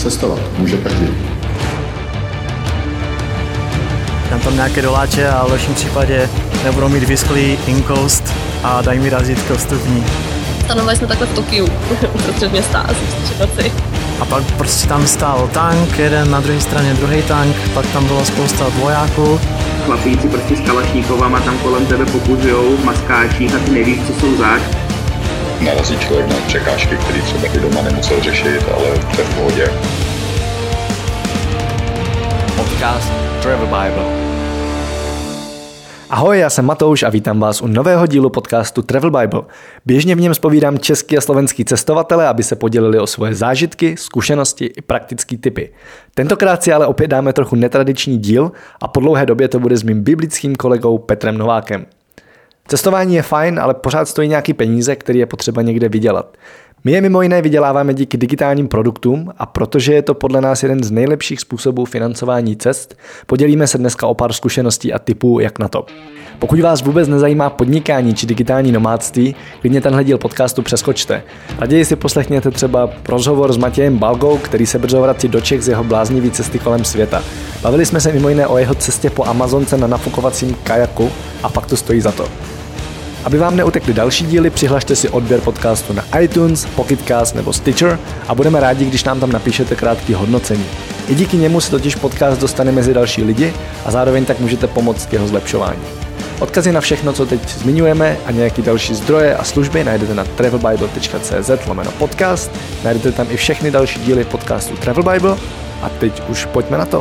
cestovat může každý. Dám tam nějaké doláče a v lepším případě nebudou mít vysklý in-coast a dají mi razítko vstupní. Stanovali jsme takhle v Tokiu, uprostřed města, asi v noci. A pak prostě tam stál tank, jeden na druhé straně druhý tank, pak tam bylo spousta vojáků. Chlapíci prostě s kalašníkovama tam kolem tebe pokuzujou v maskáčích a ty nevíš, co jsou zač. Narazí člověk na překážky, které třeba i doma nemusel řešit, ale to je v pohodě. Podcast Travel Bible. Ahoj, já jsem Matouš a vítám vás u nového dílu podcastu Travel Bible. Běžně v něm zpovídám český a slovenský cestovatele, aby se podělili o svoje zážitky, zkušenosti i praktické tipy. Tentokrát si ale opět dáme trochu netradiční díl a po dlouhé době to bude s mým biblickým kolegou Petrem Novákem. Cestování je fajn, ale pořád stojí nějaký peníze, který je potřeba někde vydělat. My je mimo jiné vyděláváme díky digitálním produktům a protože je to podle nás jeden z nejlepších způsobů financování cest, podělíme se dneska o pár zkušeností a tipů, jak na to. Pokud vás vůbec nezajímá podnikání či digitální nomádství, klidně tenhle díl podcastu přeskočte. Raději si poslechněte třeba rozhovor s Matějem Balgou, který se brzo vrací do Čech z jeho bláznivý cesty kolem světa. Bavili jsme se mimo jiné o jeho cestě po Amazonce na nafukovacím kajaku a fakt to stojí za to. Aby vám neutekly další díly, přihlašte si odběr podcastu na iTunes, Pocket Cast nebo Stitcher a budeme rádi, když nám tam napíšete krátké hodnocení. I díky němu se totiž podcast dostane mezi další lidi a zároveň tak můžete pomoct k jeho zlepšování. Odkazy na všechno, co teď zmiňujeme a nějaké další zdroje a služby najdete na travelbible.cz/podcast. Najdete tam i všechny další díly podcastu Travel Bible a teď už pojďme na to.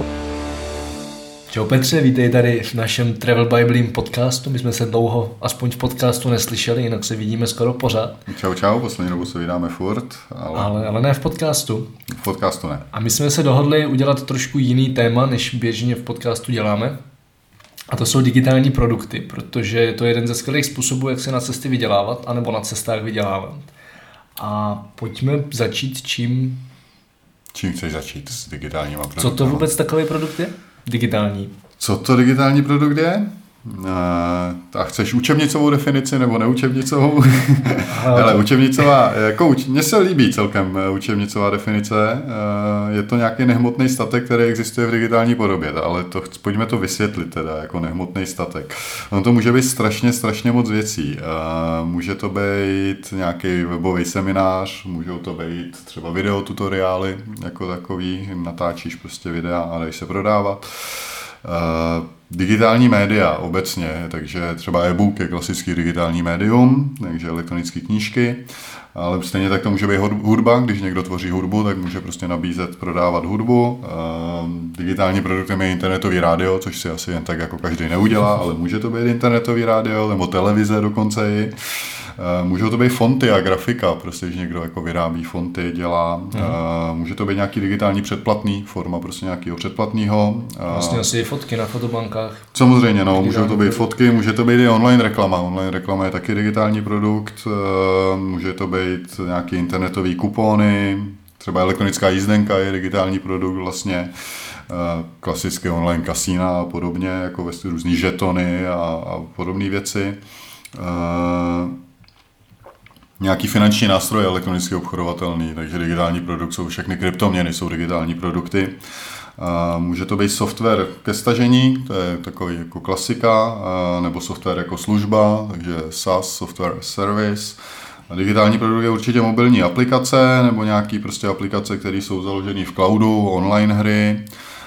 Čau Petře, vítej tady v našem Travel Biblím podcastu. My jsme se dlouho, aspoň v podcastu, neslyšeli, jinak se vidíme skoro pořád. Čau, poslední dobu se vydáme furt. Ale ne v podcastu. V podcastu ne. A my jsme se dohodli udělat trošku jiný téma, než běžně v podcastu děláme. A to jsou digitální produkty, protože je to jeden ze skvělých způsobů, jak se na cesty vydělávat, anebo na cestách vydělávat. A pojďme začít čím chceš začít s digitálníma produkty? Co to vůbec takový produkt je? Digitální. Co to digitální produkt je? A chceš učebnicovou definici nebo neučebnicovou? Ale učebnicová, mně se líbí celkem učebnicová definice. Je to nějaký nehmotný statek, který existuje v digitální podobě, ale pojďme to vysvětlit teda jako nehmotný statek. On to může být strašně moc věcí. Může to být nějaký webový seminář, můžou to být třeba videotutoriály jako takový, natáčíš prostě videa a dají se prodávat. Digitální média obecně, takže třeba e-book je klasický digitální médium, takže elektronické knížky, ale stejně tak to může být hudba, když někdo tvoří hudbu, tak může prostě nabízet, prodávat hudbu. Digitální produktem je internetový rádio, což si asi jen tak jako každý neudělá, ale může to být internetový rádio, nebo televize dokonce i. Můžou to být fonty a grafika, prostě, když někdo jako vyrábí fonty, dělá. Může to být nějaký digitální předplatný, forma prostě nějakého předplatného. Vlastně asi fotky na fotobankách. Samozřejmě, můžou to být fotky, může to být i online reklama. Online reklama je taky digitální produkt, může to být nějaký internetový kupony, třeba elektronická jízdenka je digitální produkt vlastně. Klasické online kasína a podobně, jako různý žetony a podobné věci. Nějaký finanční nástroj je elektronicky obchodovatelný, takže digitální produkt jsou všechny kryptoměny, jsou digitální produkty. Může to být software ke stažení, to je takový jako klasika, nebo software jako služba, takže SaaS, software as service. Digitální produkt je určitě mobilní aplikace, nebo nějaký prostě aplikace, které jsou založené v cloudu, online hry,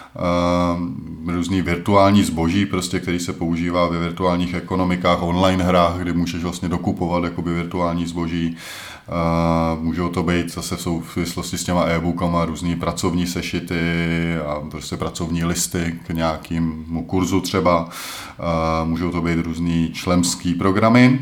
různý virtuální zboží, prostě, který se používá ve virtuálních ekonomikách, online hrách, kdy můžeš vlastně dokupovat jakoby virtuální zboží. Můžou to být zase v souvislosti s těma e-bookama různý pracovní sešity a prostě pracovní listy k nějakému kurzu třeba. Můžou to být různý členský programy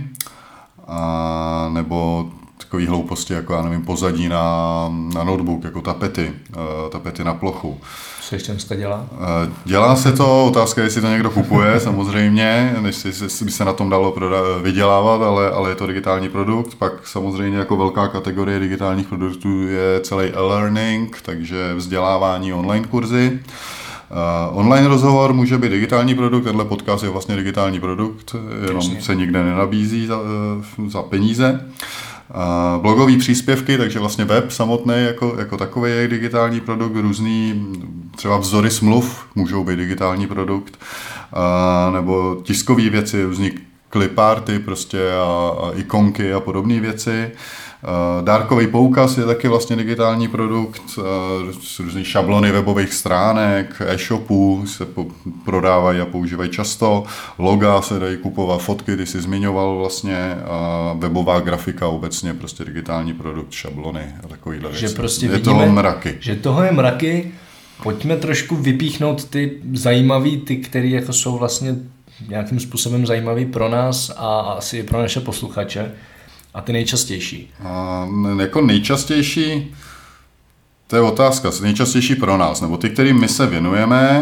nebo takový hlouposti, jako já nevím, pozadí na notebook, jako tapety na plochu. Co ještě dneska dělá? Dělá se to, otázka je, jestli to někdo kupuje, samozřejmě, než by se na tom dalo vydělávat, ale je to digitální produkt. Pak samozřejmě jako velká kategorie digitálních produktů je celý e-learning, takže vzdělávání online kurzy. Online rozhovor může být digitální produkt, tenhle podcast je vlastně digitální produkt, jenom se nikde nenabízí za peníze. Blogové příspěvky, takže vlastně web samotný jako takový je digitální produkt, různý třeba vzory smluv můžou být digitální produkt, nebo tiskové věci, různý cliparty prostě a ikonky a podobné věci. Dárkový poukaz je taky vlastně digitální produkt, různý šablony webových stránek, e-shopů se prodávají a používají často, loga se dají kupovat, fotky, ty jsi zmiňoval vlastně, webová grafika obecně, prostě digitální produkt, šablony a takovýhle věci. Prostě je vidíme, toho mraky. Že toho je mraky, pojďme trošku vypíchnout ty zajímavý, ty, které jako jsou vlastně nějakým způsobem zajímavý pro nás a asi i pro naše posluchače. A ty nejčastější? Jako nejčastější, to je otázka, nejčastější pro nás, nebo ty, kterým my se věnujeme,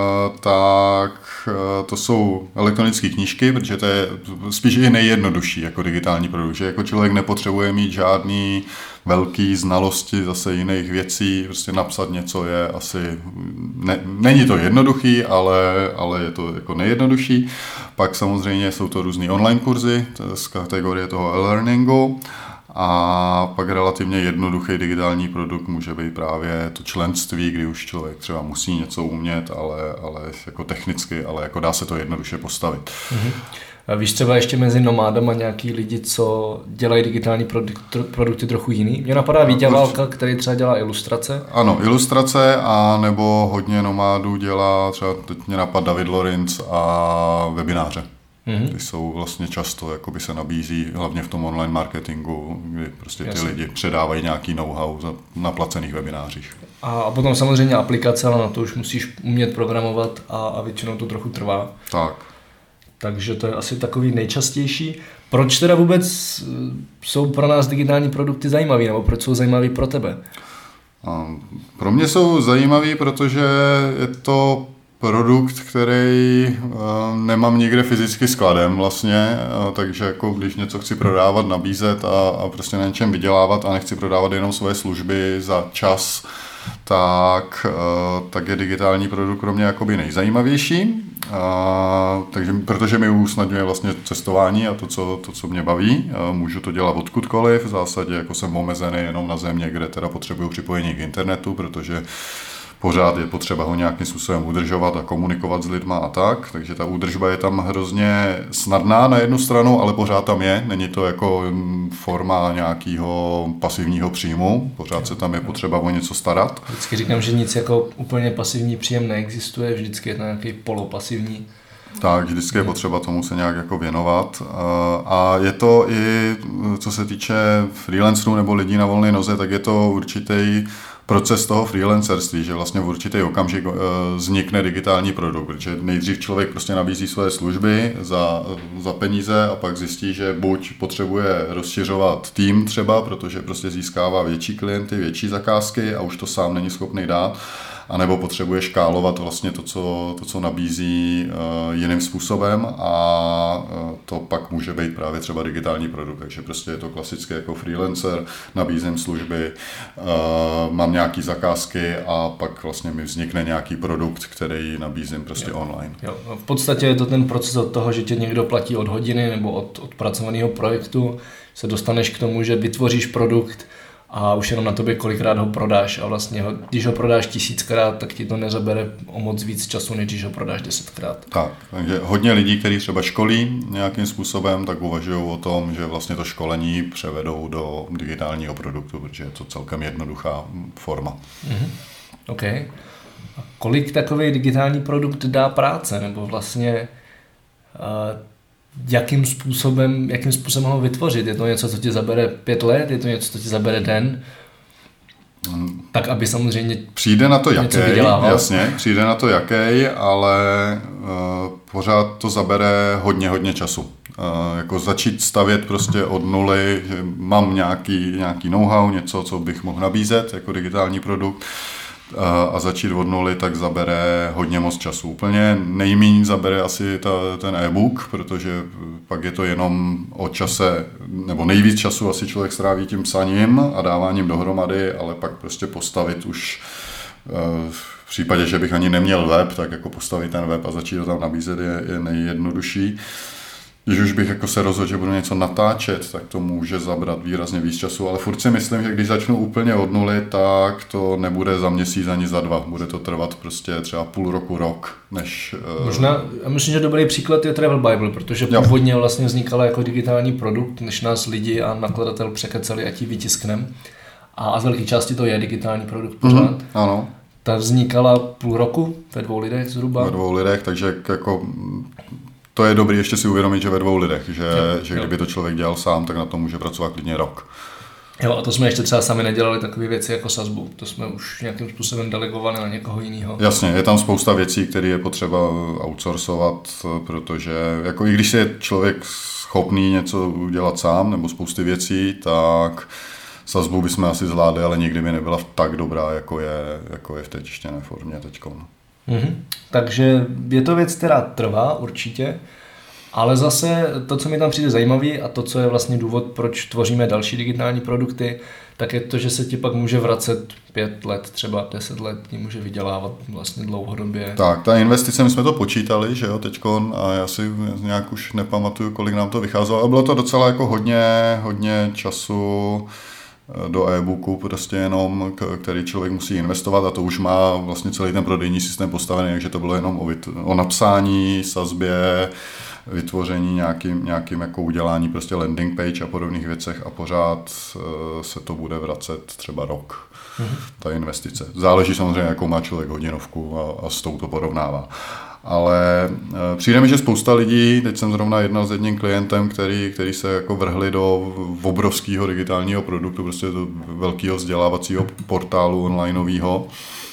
tak to jsou elektronické knížky, protože to je spíš i nejjednodušší jako digitální produkt, že jako člověk nepotřebuje mít žádný velký znalosti zase jiných věcí, prostě napsat něco je asi, není to jednoduchý, ale je to jako nejjednodušší. Pak samozřejmě jsou to různý online kurzy z kategorie toho e-learningu. A pak relativně jednoduchý digitální produkt může být právě to členství, kdy už člověk třeba musí něco umět, ale jako technicky, ale jako dá se to jednoduše postavit. A víš třeba ještě mezi nomádama nějaký lidi, co dělají digitální produkty trochu jiný? Mě napadá Vítě Válka, který třeba dělá ilustrace. Ano, ilustrace a nebo hodně nomádů dělá, třeba teď mě napadá David Lorenz a webináře. Ty jsou vlastně často, jakoby se nabízí, hlavně v tom online marketingu, kdy prostě ty lidi předávají nějaký know-how na placených webinářích. A potom samozřejmě aplikace, ale na to už musíš umět programovat a většinou to trochu trvá. Tak. Takže to je asi takový nejčastější. Proč teda vůbec jsou pro nás digitální produkty zajímavý, nebo proč jsou zajímavý pro tebe? Pro mě jsou zajímavý, protože je to produkt, který nemám nikde fyzicky skladem vlastně, takže jako když něco chci prodávat, nabízet a prostě na něčem vydělávat a nechci prodávat jenom svoje služby za čas, tak je digitální produkt pro mě jakoby nejzajímavější, takže, protože mi usnadňuje vlastně cestování a to, co mě baví. Můžu to dělat odkudkoliv, v zásadě jako jsem omezený jenom na země, kde teda potřebuju připojení k internetu, protože pořád je potřeba ho nějakým způsobem udržovat a komunikovat s lidma a tak, takže ta údržba je tam hrozně snadná na jednu stranu, ale pořád tam je, není to jako forma nějakého pasivního příjmu, pořád se tam je potřeba o něco starat. Vždycky říkám, že nic jako úplně pasivní příjem neexistuje, vždycky je to nějaký polopasivní. Tak, vždycky je potřeba tomu se nějak jako věnovat a je to i, co se týče freelancerů nebo lidí na volné noze, tak je to určitý proces toho freelancerství, že vlastně v určitý okamžik vznikne digitální produkt, protože nejdřív člověk prostě nabízí své služby za peníze a pak zjistí, že buď potřebuje rozšiřovat tým třeba, protože prostě získává větší klienty, větší zakázky a už to sám není schopný dát, anebo potřebuje škálovat vlastně to, co nabízí jiným způsobem a to pak může být právě třeba digitální produkt, takže prostě je to klasické jako freelancer, nabízím služby, mám nějaký zakázky a pak vlastně mi vznikne nějaký produkt, který nabízím prostě online. Jo. V podstatě je to ten proces od toho, že tě někdo platí od hodiny nebo od pracovaného projektu, se dostaneš k tomu, že vytvoříš produkt a už jenom na tobě kolikrát ho prodáš a vlastně když ho prodáš 1000krát, tak ti to nezabere o moc víc času, než když ho prodáš 10krát. Tak, takže hodně lidí, kteří třeba školí nějakým způsobem, tak uvažují o tom, že vlastně to školení převedou do digitálního produktu, protože je to celkem jednoduchá forma. OK. A kolik takový digitální produkt dá práce, nebo vlastně jakým způsobem ho vytvořit? Je to něco, co ti zabere 5 let? Je to něco, co ti zabere den? Tak, aby samozřejmě přijde na to jaký, jasně, přijde na to jaký, ale pořád to zabere hodně času. Jako začít stavět prostě od nuly, že mám nějaký know-how, něco, co bych mohl nabízet jako digitální produkt, a začít od nuly, tak zabere hodně moc času. Úplně nejméně zabere asi ten e-book, protože pak je to jenom o čase, nebo nejvíc času asi člověk stráví tím psaním a dáváním dohromady, ale pak prostě postavit už v případě, že bych ani neměl web, tak jako postavit ten web a začít ho tam nabízet je nejjednodušší. Když už bych jako se rozhodl, že budu něco natáčet, tak to může zabrat výrazně víc času, ale furt si myslím, že když začnu úplně od nuly, tak to nebude za měsíc ani za 2. Bude to trvat prostě třeba půl roku, rok, než... Možná, já myslím, že dobrý příklad je Travel Bible, protože původně vlastně vznikala jako digitální produkt, než nás lidi a nakladatel překecali, ať ji vytisknem. A z velké části to je digitální produkt pořád. Ano. Ta vznikala půl roku, ve 2 lidech zhruba. Ve 2 lidech, takže jako... To je dobrý ještě si uvědomit, že ve 2 lidech, že kdyby to člověk dělal sám, tak na to může pracovat klidně rok. Jo, a to jsme ještě třeba sami nedělali takové věci jako sazbu. To jsme už nějakým způsobem delegovali na někoho jiného. Jasně, je tam spousta věcí, které je potřeba outsourcovat, protože jako i když je člověk schopný něco udělat sám nebo spousty věcí, tak sazbu bychom asi zvládli, ale nikdy by nebyla tak dobrá, jako je v té tištěné formě teďko. Takže je to věc, která trvá určitě, ale zase to, co mi tam přijde zajímavý a to, co je vlastně důvod, proč tvoříme další digitální produkty, tak je to, že se ti pak může vracet 5 let, třeba 10 let, ti může vydělávat vlastně dlouhodobě. Tak, ta investice, my jsme to počítali, že jo, teďkon, a já si nějak už nepamatuju, kolik nám to vycházelo, a bylo to docela jako hodně času do e-booku prostě jenom, který člověk musí investovat, a to už má vlastně celý ten prodejní systém postavený, takže to bylo jenom o napsání, sazbě, vytvoření nějakým jako udělání prostě landing page a podobných věcech a pořád se to bude vracet třeba rok, ta investice. Záleží samozřejmě, jakou má člověk hodinovku a s tou to porovnává. Ale přijde mi, že spousta lidí, teď jsem zrovna jednal s jedním klientem, který se jako vrhli do obrovského digitálního produktu, prostě do velkého vzdělávacího portálu onlineového,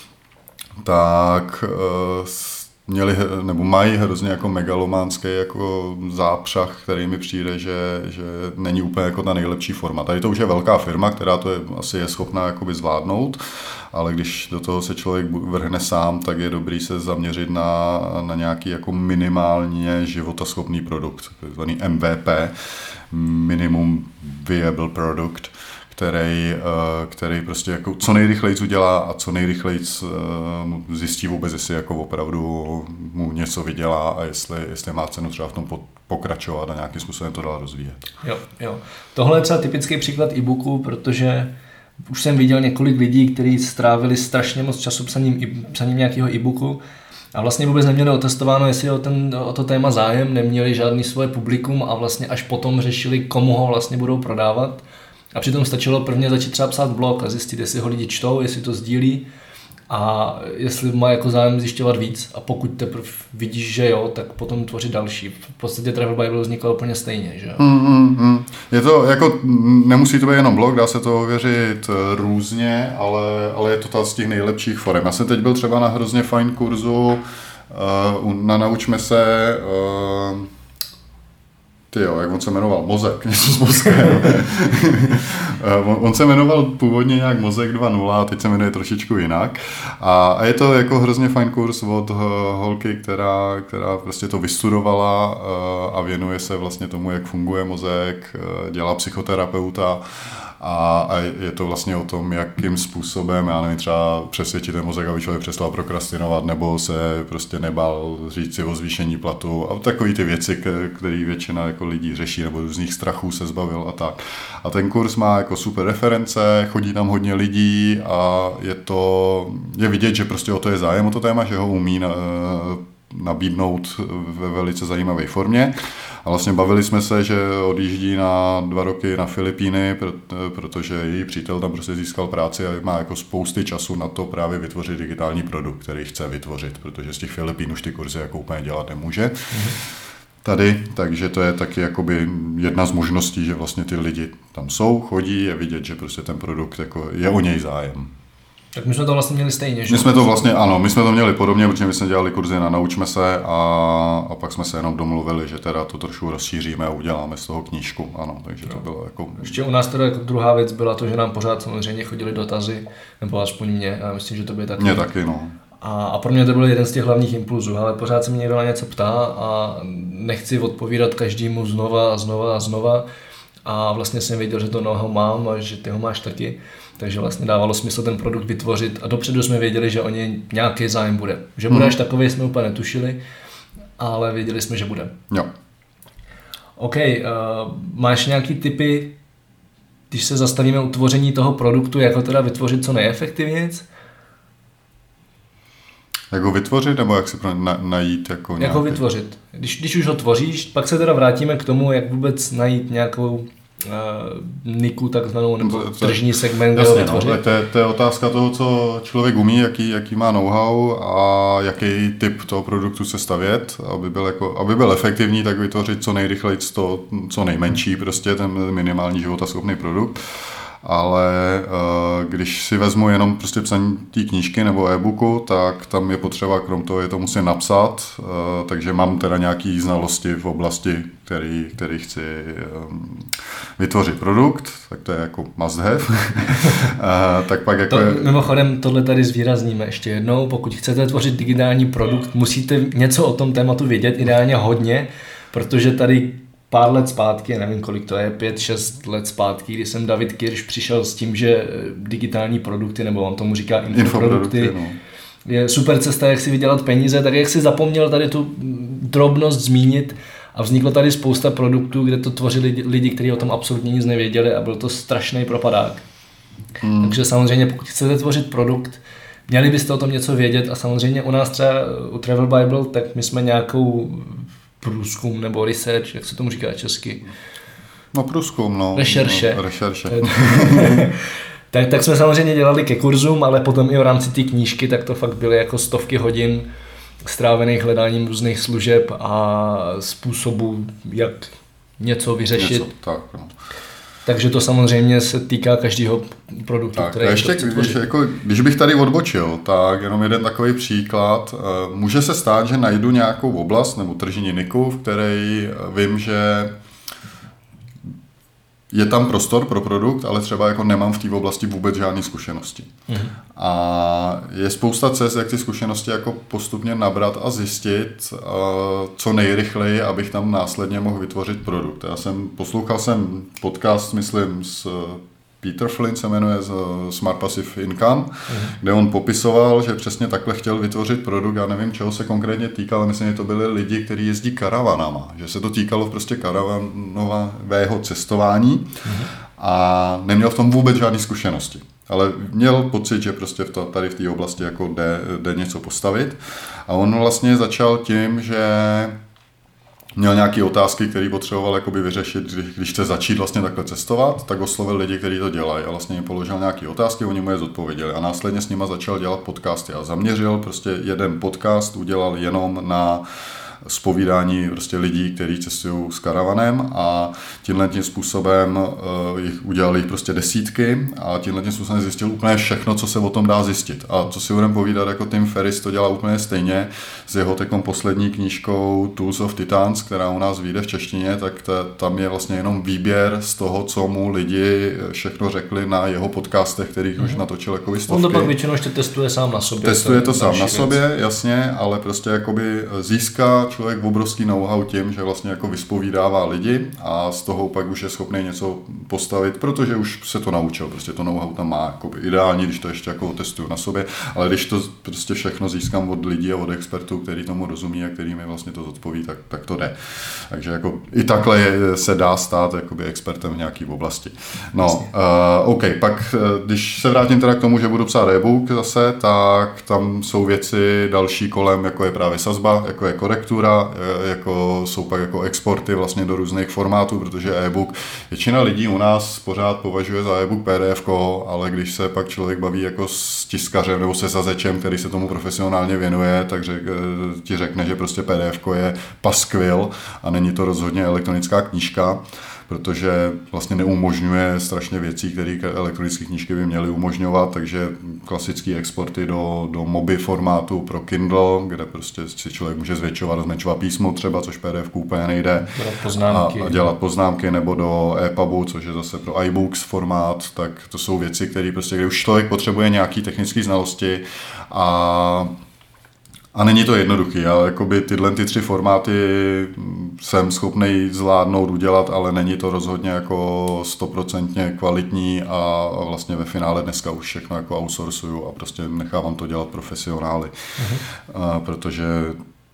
tak měli, nebo mají hrozně jako megalománský jako zápřah, který mi přijde, že není úplně jako ta nejlepší forma. Tady to už je velká firma, která to asi je schopná jakoby zvládnout, ale když do toho se člověk vrhne sám, tak je dobrý se zaměřit na nějaký jako minimálně životaschopný produkt, takzvaný MVP, Minimum Viable Product, který prostě jako co nejrychleji udělá a co nejrychleji zjistí vůbec, jestli jako opravdu mu něco vydělá a jestli má cenu třeba v tom pokračovat a nějakým způsobem to dál rozvíjet. Jo. Tohle je třeba typický příklad e-booku, protože už jsem viděl několik lidí, kteří strávili strašně moc času psaním nějakého e-booku a vlastně vůbec neměli otestováno, jestli o to téma zájem, neměli žádný svoje publikum a vlastně až potom řešili, komu ho vlastně budou prodávat. A přitom stačilo prvně začít třeba psát blog a zjistit, jestli ho lidi čtou, jestli to sdílí a jestli má jako zájem zjišťovat víc. A pokud teprve vidíš, že jo, tak potom tvořit další. V podstatě Travel Bible vzniklo úplně stejně, že jo? Je to jako, nemusí to být jenom blog, dá se to ověřit různě, ale je to z těch nejlepších forem. Já jsem teď byl třeba na hrozně fajn kurzu na Naučme se... jak on se jmenoval? Mozek, něco s mozkem. On se jmenoval původně nějak Mozek 2.0 a teď se jmenuje trošičku jinak. A je to jako hrozně fajn kurz od holky, která prostě to vystudovala a věnuje se vlastně tomu, jak funguje mozek, dělá psychoterapeuta. A je to vlastně o tom, jakým způsobem, já nevím, třeba přesvědčit ten mozek, aby člověk přestal prokrastinovat, nebo se prostě nebál říct si o zvýšení platu a takové ty věci, které většina jako lidí řeší, nebo různých strachů se zbavil a tak. A ten kurz má jako super reference, chodí tam hodně lidí a je vidět, že prostě o to je zájem o to téma, že ho umí nabídnout ve velice zajímavé formě. A vlastně bavili jsme se, že odjíždí na 2 roky na Filipíny, protože její přítel tam prostě získal práci a má jako spousty času na to právě vytvořit digitální produkt, který chce vytvořit, protože z těch Filipín už ty kurzy jako úplně dělat nemůže. Tady, takže to je taky jakoby jedna z možností, že vlastně ty lidi tam jsou, chodí, je vidět, že prostě ten produkt jako je o něj zájem. Tak my jsme to vlastně měli stejně, že? My jsme to vlastně, ano, my jsme to měli podobně, protože my jsme dělali kurzy na Naučme se a pak jsme se jenom domluvili, že teda to trošku rozšíříme a uděláme z toho knížku, ano, takže to bylo jako... Ještě u nás teda jako druhá věc byla to, že nám pořád samozřejmě chodili dotazy, nebo aspoň mě, a myslím, že to by taky. Mě taky, no. A pro mě to byl jeden z těch hlavních impulzů, ale pořád se mě někdo na něco ptá a nechci odpovídat každému znova. A vlastně jsem věděl, že to noho mám a že ty ho máš taky. Takže vlastně dávalo smysl ten produkt vytvořit a dopředu jsme věděli, že o něj nějaký zájem bude. Že bude až takový, jsme úplně netušili, ale věděli jsme, že bude. Jo. OK, máš nějaký tipy, když se zastavíme u tvoření toho produktu, jak ho teda vytvořit co nejefektivnějc? Jak ho vytvořit, nebo jak si najít jako Jak ho vytvořit. Když už ho tvoříš, pak se teda vrátíme k tomu, jak vůbec najít nějakou niku takzvanou, nebo tržní segment, kde ho vytvořit. No, to je otázka toho, co člověk umí, jaký má know-how a jaký typ toho produktu se stavět, aby byl efektivní, tak vytvořit co nejrychleji co nejmenší, prostě ten minimální životaschopný produkt. Ale když si vezmu jenom prostě psaní té knížky nebo e-booku, tak tam je potřeba, krom toho je to musím napsat, takže mám teda nějaké znalosti v oblasti, který chci vytvořit produkt, tak to je jako must have. Tak pak jako mimochodem tohle tady zvýrazníme ještě jednou, pokud chcete tvořit digitální produkt, musíte něco o tom tématu vědět, ideálně hodně, protože tady pár let zpátky, nevím kolik to je, 5-6 let zpátky, kdy jsem David Kirsch přišel s tím, že digitální produkty, nebo on tomu říká infoprodukty, je super cesta, jak si vydělat peníze, tak jak si zapomněl tady tu drobnost zmínit a vzniklo tady spousta produktů, kde to tvořili lidi, kteří o tom absolutně nic nevěděli a byl to strašný propadák. Takže samozřejmě, pokud chcete tvořit produkt, měli byste o tom něco vědět a samozřejmě u nás třeba u Travel Bible, tak my jsme nějakou průzkum nebo research, jak se tomu říká česky? No průzkum, no. Rešerše. No, tak jsme samozřejmě dělali ke kurzům, ale potom i v rámci té knížky, tak to fakt byly jako stovky hodin strávených hledáním různých služeb a způsobů, jak něco vyřešit. Tak, no. Takže to samozřejmě se týká každého produktu, tak, který ještě, když bych tady odbočil, tak jenom jeden takový příklad. Může se stát, že najdu nějakou oblast nebo tržní niku, v které vím, že je tam prostor pro produkt, ale třeba jako nemám v té oblasti vůbec žádné zkušenosti. A je spousta cest, jak ty zkušenosti jako postupně nabrat a zjistit co nejrychleji, abych tam následně mohl vytvořit produkt. Poslouchal jsem podcast, myslím, s Peter Flynn se jmenuje z Smart Passive Income, kde on popisoval, že přesně takhle chtěl vytvořit produkt, já nevím, čeho se konkrétně týkal, ale myslím, že to byli lidi, kteří jezdí karavanama, že se to týkalo prostě karavanového cestování a neměl v tom vůbec žádné zkušenosti. Ale měl pocit, že prostě tady v té oblasti jako jde něco postavit a on vlastně začal tím, že měl nějaké otázky, které potřeboval jakoby vyřešit, když chce začít vlastně takhle cestovat, tak oslovil lidi, kteří to dělají a vlastně jim položil nějaké otázky, oni mu je zodpověděli a následně s nima začal dělat podcasty a zaměřil prostě jeden podcast, udělal jenom na zpovídání prostě lidí, kteří cestují s karavanem a tímhle způsobem udělali jich prostě desítky a tímhle způsobem zjistil úplně všechno, co se o tom dá zjistit. A co si budeme povídat, jako Tim Ferriss to dělá úplně stejně s jeho takom poslední knížkou Tools of Titans, která u nás vyjde v češtině, tak tam je vlastně jenom výběr z toho, co mu lidi všechno řekli na jeho podcastech, kterých už natočil jako stovky. On to pak většinou ještě testuje sám na sobě. Testuje to sám na sobě, jasně, ale prostě jakoby získá člověk obrovský know-how tím, že vlastně jako vyspovídává lidi a z toho pak už je schopný něco postavit, protože už se to naučil, prostě to know-how tam má jako ideální, když to ještě jako testuju na sobě, ale když to prostě všechno získám od lidí a od expertů, který tomu rozumí a který mi vlastně to zodpoví, tak to jde. Takže jako i takhle se dá stát jakoby expertem v nějaký oblasti. No, OK, pak když se vrátím teda k tomu, že budu psát e-book zase, tak tam jsou věci další kolem, jako je právě sazba, jako je korektura, jako jsou pak jako exporty vlastně do různých formátů, protože e-book, většina lidí u nás pořád považuje za e-book PDF-ko, ale když se pak člověk baví jako s tiskařem nebo se sazečem, který se tomu profesionálně věnuje, tak ti řekne, že prostě PDF-ko je paskvil a není to rozhodně elektronická knížka, protože vlastně neumožňuje strašně věcí, které elektronické knížky by měly umožňovat, takže klasické exporty do MOBI formátu pro Kindle, kde prostě si člověk může zvětšovat a zmenšovat písmo třeba, což PDF úplně nejde. A dělat poznámky, nebo do EPUBu, což je zase pro iBooks formát, tak to jsou věci, které prostě, kde už člověk potřebuje nějaké technické znalosti a není to jednoduchý, ale jakoby tyhle tři formáty jsem schopný zvládnout, udělat, ale není to rozhodně jako 100% kvalitní a vlastně ve finále dneska už všechno jako outsourcuju a prostě nechávám to dělat profesionály, protože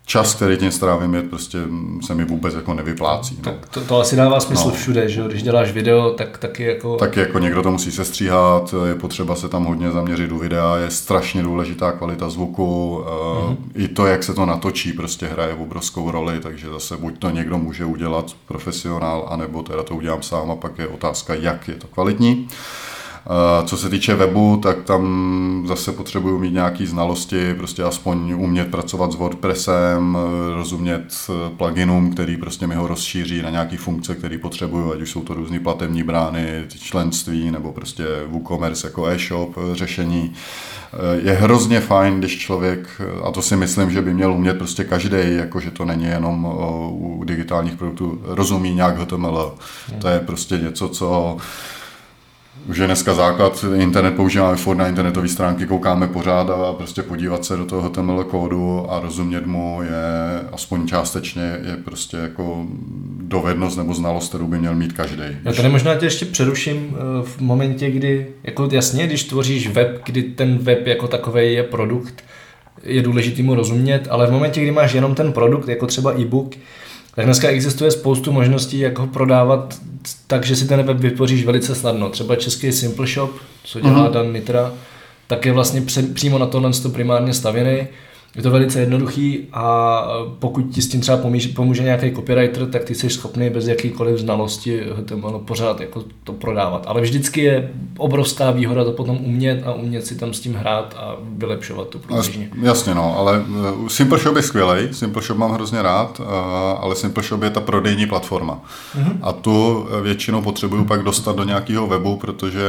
čas, který tím strávím, je prostě se mi vůbec jako nevyplácí. No. Tak to asi dává smysl všude, že když děláš video, tak taky jako... Taky jako někdo to musí sestříhat, je potřeba se tam hodně zaměřit u videa, je strašně důležitá kvalita zvuku, i to, jak se to natočí, prostě hraje obrovskou roli, takže zase buď to někdo může udělat profesionál, anebo teda to udělám sám a pak je otázka, jak je to kvalitní. Co se týče webu, tak tam zase potřebuju mít nějaké znalosti, prostě aspoň umět pracovat s WordPressem, rozumět pluginům, který prostě mi ho rozšíří na nějaké funkce, které potřebuju, ať už jsou to různé platební brány, členství nebo prostě WooCommerce jako e-shop řešení. Je hrozně fajn, když člověk, a to si myslím, že by měl umět prostě každý, jakože to není jenom u digitálních produktů, rozumí nějak HTML. To je prostě něco, co už je dneska základ, internet používáme furt na internetové stránky, koukáme pořád a prostě podívat se do toho HTML kódu a rozumět mu je aspoň částečně je prostě jako dovednost nebo znalost, kterou by měl mít každý. Já tady možná tě ještě přeruším v momentě, kdy, jako jasně, když tvoříš web, kdy ten web jako takovej je produkt, je důležitý mu rozumět, ale v momentě, kdy máš jenom ten produkt, jako třeba e-book, tak dneska existuje spoustu možností, jak ho prodávat tak, že si ten web vytvoříš velice snadno. Třeba český Simple Shop, co dělá Dan Nitra, tak je vlastně přímo na tohle primárně stavěný. Je to velice jednoduchý a pokud ti s tím třeba pomůže nějaký copywriter, tak ty jsi schopný bez jakýkoliv znalosti HTML pořád jako to prodávat. Ale vždycky je obrovská výhoda to potom umět a umět si tam s tím hrát a vylepšovat to průběžně. Jasně, no, ale Simple Shop je skvělej, Simple Shop mám hrozně rád, ale Simple Shop je ta prodejní platforma. A tu většinou potřebuju pak dostat do nějakého webu, protože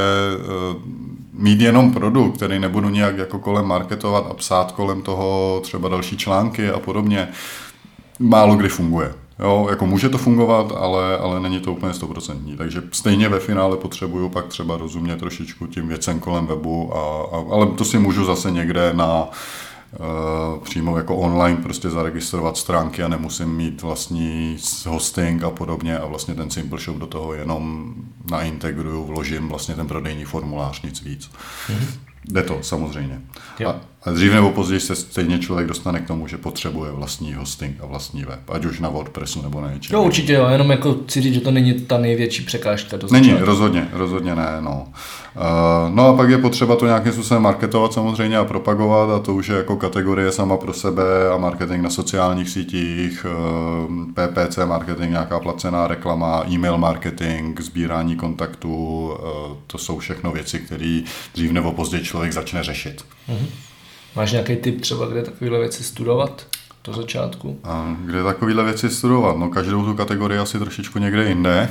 mít jenom produkt, který nebudu nějak jako kolem marketovat a psát kolem toho třeba další články a podobně, málo kdy funguje. Jo, jako může to fungovat, ale není to úplně 100%. Takže stejně ve finále potřebuju pak třeba rozumět trošičku tím věcem kolem webu, ale to si můžu zase někde přímo jako online prostě zaregistrovat stránky a nemusím mít vlastní hosting a podobně a vlastně ten Simple Shop do toho jenom naintegruju, vložím vlastně ten prodejní formulář, nic víc. Jde to samozřejmě. A dřív nebo později se stejně člověk dostane k tomu, že potřebuje vlastní hosting a vlastní web, ať už na WordPressu nebo na něčem. No určitě jo, jenom jako chci říct, že to není ta největší překážka. Není, rozhodně ne, no. No a pak je potřeba to nějakým způsobem marketovat samozřejmě a propagovat a to už je jako kategorie sama pro sebe a marketing na sociálních sítích, PPC marketing, nějaká placená reklama, e-mail marketing, sbírání kontaktů, to jsou všechno věci, které dřív nebo později člověk začne řešit. Máš nějaký tip třeba, kde takovéhle věci studovat do začátku? A kde takovéhle věci studovat? No každou tu kategorii asi trošičku někde jinde.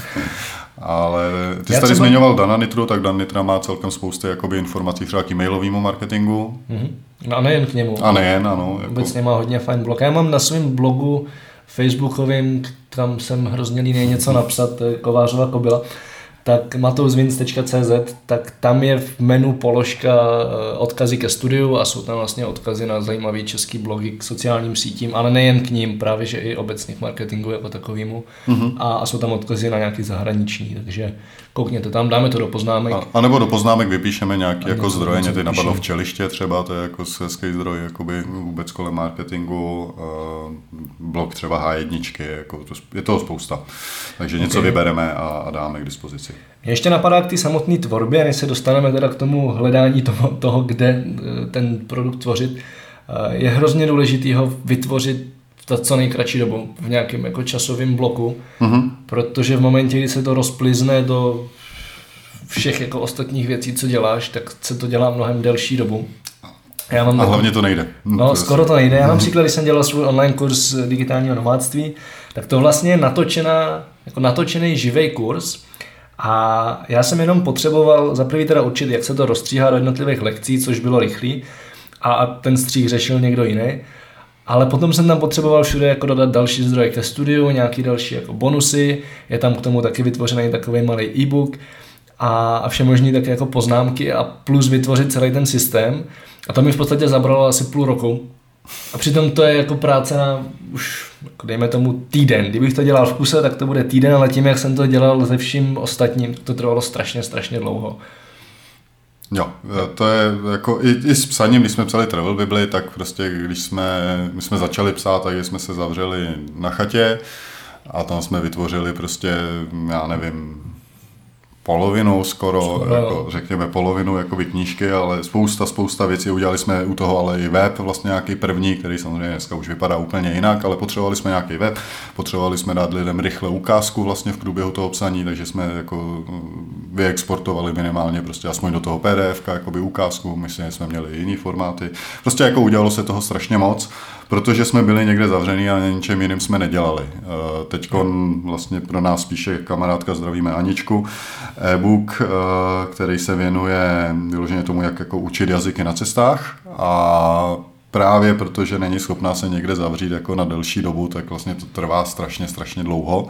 Ale ty jsi tady zmiňoval Dana Nitru, tak Dan Nitra má celkem spousty jakoby informací třeba k e-mailovému marketingu. A nejen k němu. A nejen, ano. Obecně má hodně fajn blog. Já mám na svém blogu facebookovým, tam jsem hrozně línej něco napsat, Kovářova Kobila, tak matouzvinc.cz, tak tam je v menu položka odkazy ke studiu a jsou tam vlastně odkazy na zajímavý český blogy k sociálním sítím, ale nejen k ním, právě že i obecně k marketingu jako takovému a jsou tam odkazy na nějaký zahraniční, takže koukněte tam, dáme to do poznámek. A nebo do poznámek vypíšeme nějaký jako zdroje, mě teď napadlo Včeliště třeba, to je jako hezký zdroj jakoby vůbec kolem marketingu, blog třeba H1, jako je toho spousta, takže něco vybereme a dáme k dispozici. Mě ještě napadá k té samotné tvorbě, než se dostaneme teda k tomu hledání toho, kde ten produkt tvořit. Je hrozně důležitý ho vytvořit v co nejkratší dobu, v nějakém jako časovém bloku, protože v momentě, kdy se to rozplizne do všech jako ostatních věcí, co děláš, tak se to dělá mnohem delší dobu. A hlavně to nejde. No, skoro to nejde. Já například, když jsem dělal svůj online kurz digitálního nomádství, tak to vlastně je natočený živý kurz. A já jsem jenom potřeboval za prvý teda učit, jak se to rozstříhá do jednotlivých lekcí, což bylo rychlý. A ten střih řešil někdo jiný. Ale potom jsem tam potřeboval všude jako dodat další zdroje ke studiu, nějaký další jako bonusy. Je tam k tomu taky vytvořený takový malý e-book a vše možný také jako poznámky a plus vytvořit celý ten systém. A to mi v podstatě zabralo asi půl roku. A přitom to je jako práce na už, jako dejme tomu, týden. Kdybych to dělal v kuse, tak to bude týden, ale tím, jak jsem to dělal se vším ostatním, to trvalo strašně dlouho. Jo, to je jako i s psaním, když jsme psali Travel Bibli, tak prostě my jsme začali psát, tak jsme se zavřeli na chatě a tam jsme vytvořili prostě, já nevím, polovinu skoro jako, řekněme polovinu jakoby knížky, ale spousta věcí. Udělali jsme u toho ale i web, vlastně nějaký první, který samozřejmě dneska už vypadá úplně jinak, ale potřebovali jsme nějaký web, potřebovali jsme dát lidem rychle ukázku vlastně v průběhu toho psaní, takže jsme jako vyexportovali minimálně prostě aspoň do toho PDF, jakoby ukázku, myslím, že jsme měli jiný formáty. Prostě jako udělalo se toho strašně moc, protože jsme byli někde zavřený a ničem jiným jsme nedělali. Teďkon vlastně pro nás píše kamarádka, zdravíme Aničku, e-book, který se věnuje vyloženě tomu, jak jako učit jazyky na cestách a právě protože není schopná se někde zavřít jako na delší dobu, tak vlastně to trvá strašně dlouho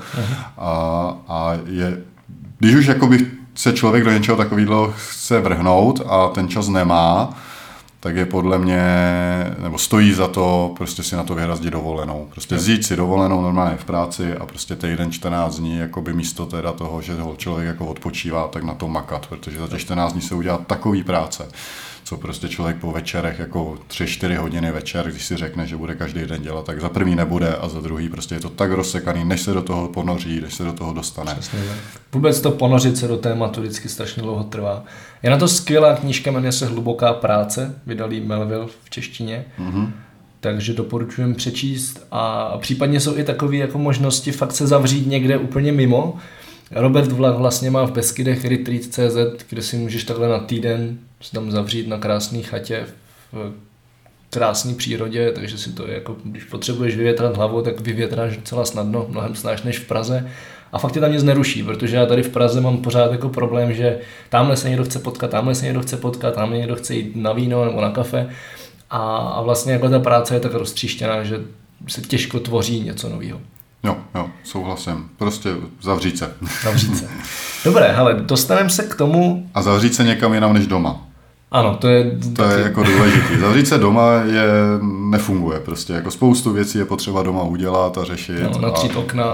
a když už jakoby se člověk do něčeho takového chce vrhnout a ten čas nemá, tak je podle mě, nebo stojí za to prostě si na to vyhrazdit dovolenou. Prostě vzít si dovolenou normálně v práci a prostě týden 14 dní, jakoby místo teda toho, že člověk jako odpočívá, tak na to makat, protože za těch 14 dní se udělá takový práce, co prostě člověk po večerech, jako 3-4 hodiny večer, když si řekne, že bude každý den dělat, tak za první nebude a za druhý prostě je to tak rozsekaný, než se do toho ponoří, než se do toho dostane. Přesně. Vůbec to ponořit se do tématu vždycky strašně dlouho trvá. Je na to skvělá knížka, jmenuje se Hluboká práce, vydal ji Melville v češtině. Takže doporučujem přečíst a případně jsou i takové jako možnosti fakt se zavřít někde úplně mimo. Robert Vlach vlastně má v Beskydech retreat.cz, kde si můžeš takhle na týden se tam zavřít na krásné chatě v krásné přírodě, takže si to jako, když potřebuješ vyvětrat hlavu, tak vyvětráš docela snadno, mnohem snáš než v Praze. A fakt tě tam nic neruší, protože já tady v Praze mám pořád jako problém, že tamhle se někdo chce potkat, tamhle někdo chce jít na víno nebo na kafe a vlastně jako ta práce je tak roztříštěná, že se těžko tvoří něco nového. Jo, souhlasím. Prostě zavřít se. Dobré, hele, dostaneme se k tomu. A zavřít se někam jinam než doma. Ano, to je jako důležitý. Zavřít se doma nefunguje prostě. Jako spoustu věcí je potřeba doma udělat a řešit. No, natřít okna.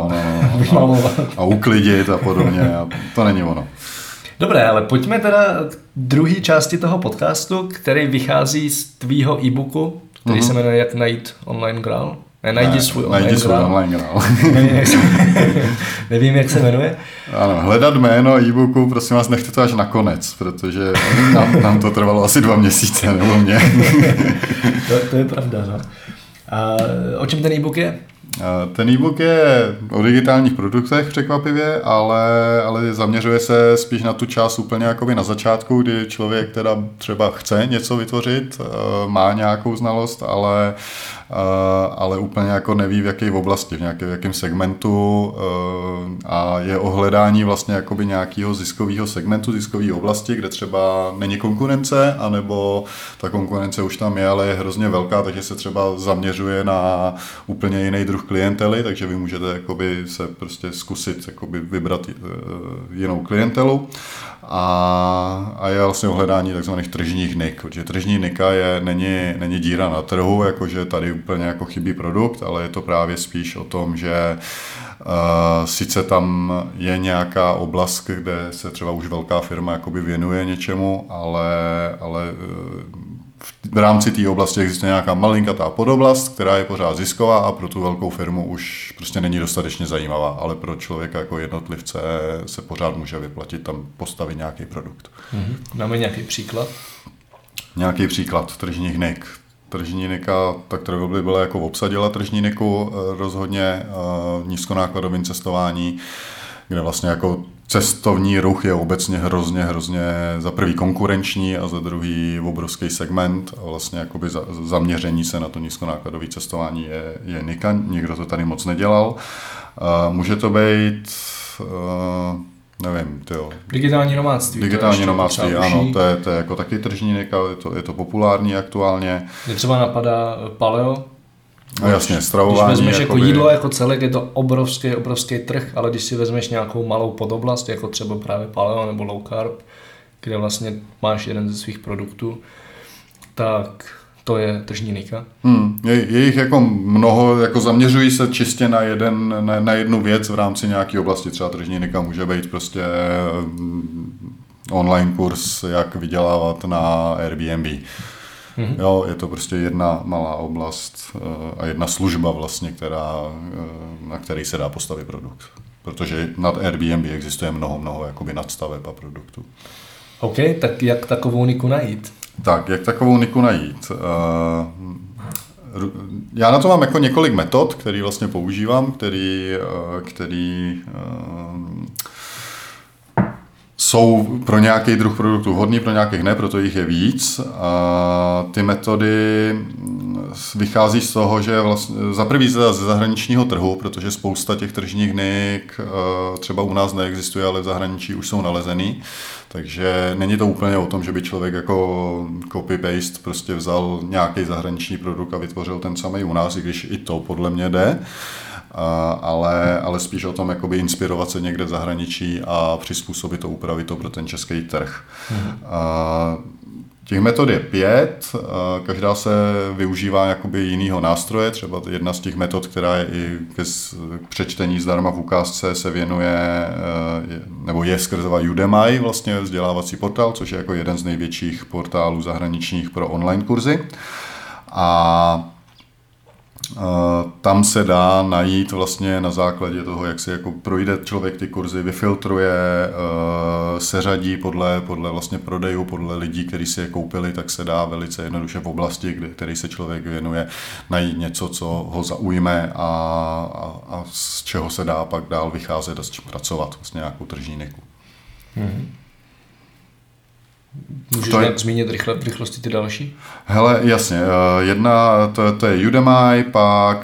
A uklidit a podobně. A to není ono. Dobré, ale pojďme teda k druhé části toho podcastu, který vychází z tvýho e-booku, který se jmenuje Jak najít online grál. Najdi svůj online grál. Nevím, jak se jmenuje. Ano, hledat jméno e-booku, prosím vás, nechte to až na konec, protože nám to trvalo asi 2 měsíce, nebo mě. To je pravda, no. A o čem ten e-book je? Ten e-book je o digitálních produktech překvapivě, ale zaměřuje se spíš na tu část úplně jakoby na začátku, kdy člověk teda třeba chce něco vytvořit, má nějakou znalost, ale úplně jako neví v jaké oblasti, v jakém segmentu a je o hledání vlastně jakoby nějakého ziskového segmentu, ziskové oblasti, kde třeba není konkurence, anebo ta konkurence už tam je, ale je hrozně velká, takže se třeba zaměřuje na úplně jiný druh klientely, takže vy můžete jakoby se prostě zkusit jakoby vybrat jinou klientelu a je vlastně o hledání takzvaných tržních nik, protože tržní nika není díra na trhu, jakože tady úplně jako chybí produkt, ale je to právě spíš o tom, že sice tam je nějaká oblast, kde se třeba už velká firma jakoby věnuje něčemu, ale v rámci té oblasti existuje nějaká malinkatá podoblast, která je pořád zisková a pro tu velkou firmu už prostě není dostatečně zajímavá, ale pro člověka jako jednotlivce se pořád může vyplatit tam postavit nějaký produkt. Máme nějaký příklad? Nějaký příklad tržních nik. Tržní nika, tak Travel by byla jako obsadila tržní niku rozhodně nízkonákladovým cestování, kde vlastně jako cestovní ruch je obecně hrozně za prvý konkurenční a za druhý obrovský segment a vlastně jakoby zaměření se na to nízkonákladové cestování je nika, nikdo to tady moc nedělal. Může to být nevím, digitální nomádství. Digitální nomádství, ano, to je jako taky tržní nika, je to populární aktuálně. Mě třeba napadá paleo. No jasně, stravování. Když vezmeš jako jídlo jako celek, je to obrovský trh, ale když si vezmeš nějakou malou podoblast, jako třeba právě paleo nebo low carb, kde vlastně máš jeden ze svých produktů, tak to je tržní nika. Je jich jako mnoho, jako zaměřují se čistě na jednu věc v rámci nějaké oblasti. Třeba tržní nika může být prostě online kurz, jak vydělávat na Airbnb. Jo, je to prostě jedna malá oblast a jedna služba vlastně, na který se dá postavit produkt. Protože nad Airbnb existuje mnoho jakoby nadstaveb a produktů. OK, tak jak takovou niku najít? Tak, jak takovou niku najít? Já na to mám jako několik metod, který vlastně používám, který jsou pro nějaký druh produktu vhodný, pro nějakých ne, proto jich je víc. A ty metody vychází z toho, že vlastně za prvý ze zahraničního trhu, protože spousta těch tržních nik třeba u nás neexistuje, ale v zahraničí už jsou nalezený. Takže není to úplně o tom, že by člověk jako copy-paste prostě vzal nějaký zahraniční produkt a vytvořil ten samý u nás, i když i to podle mě jde. Ale spíš o tom jakoby inspirovat se někde v zahraničí a přizpůsobit to, upravit to pro ten český trh. Těch metod je 5, každá se využívá jakoby jinýho nástroje, třeba jedna z těch metod, která je i k přečtení zdarma v ukázce, se věnuje, nebo je skrze Udemy, vlastně vzdělávací portál, což je jako jeden z největších portálů zahraničních pro online kurzy. A tam se dá najít vlastně na základě toho, jak si jako projde člověk ty kurzy, vyfiltruje, seřadí podle vlastně prodejů, podle lidí, kteří si je koupili, tak se dá velice jednoduše v oblasti, který se člověk věnuje, najít něco, co ho zaujme a z čeho se dá pak dál vycházet a s čím pracovat, vlastně nějakou tržní niku. Můžeš zmínit v rychlosti ty další? Hele, jasně. Jedna, to je Udemy, pak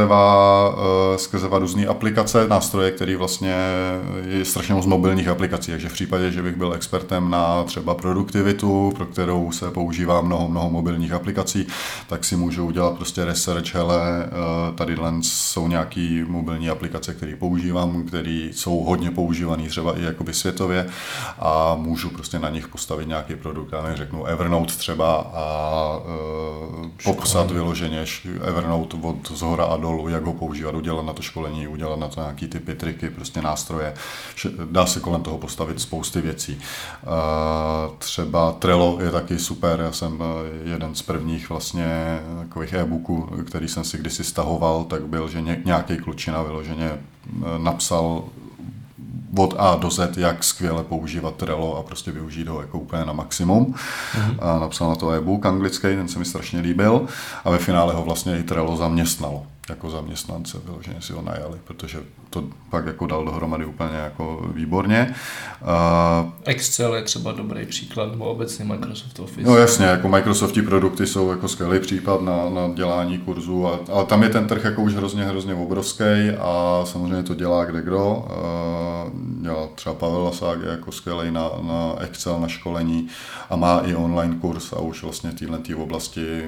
skrze různé aplikace, nástroje, který vlastně je strašně moc mobilních aplikací, takže v případě, že bych byl expertem na třeba produktivitu, pro kterou se používá mnoho mobilních aplikací, tak si můžu udělat prostě research, hele, tady jsou nějaké mobilní aplikace, které používám, které jsou hodně používané třeba i jakoby světově a můžu prostě na nich postavit nějaký produkt, já řeknu Evernote třeba a popsat vyloženě Evernote od zhora a dolů, jak ho používat, udělat na to školení, udělat na to nějaký typy, triky, prostě nástroje. Dá se kolem toho postavit spousty věcí. Třeba Trello je taky super, já jsem jeden z prvních vlastně takových e-booků, který jsem si kdysi stahoval, tak byl, že nějaký klučina vyloženě napsal od A do Z, jak skvěle používat Trello a prostě využít ho jako úplně na maximum. A napsal na to e-book anglický, ten se mi strašně líbil a ve finále ho vlastně i Trello zaměstnalo jako zaměstnance, vyloženě si ho najali, protože to pak jako dal dohromady úplně jako výborně. Excel je třeba dobrý příklad, nebo obecně Microsoft Office. No jasně, jako Microsoftí produkty jsou jako skvělý případ na dělání kurzů, ale tam je ten trh jako už hrozně obrovský a samozřejmě to dělá kdekdo. Dělá třeba Pavel Lasák je jako skvělý na Excel, na školení a má i online kurz a už vlastně v této oblasti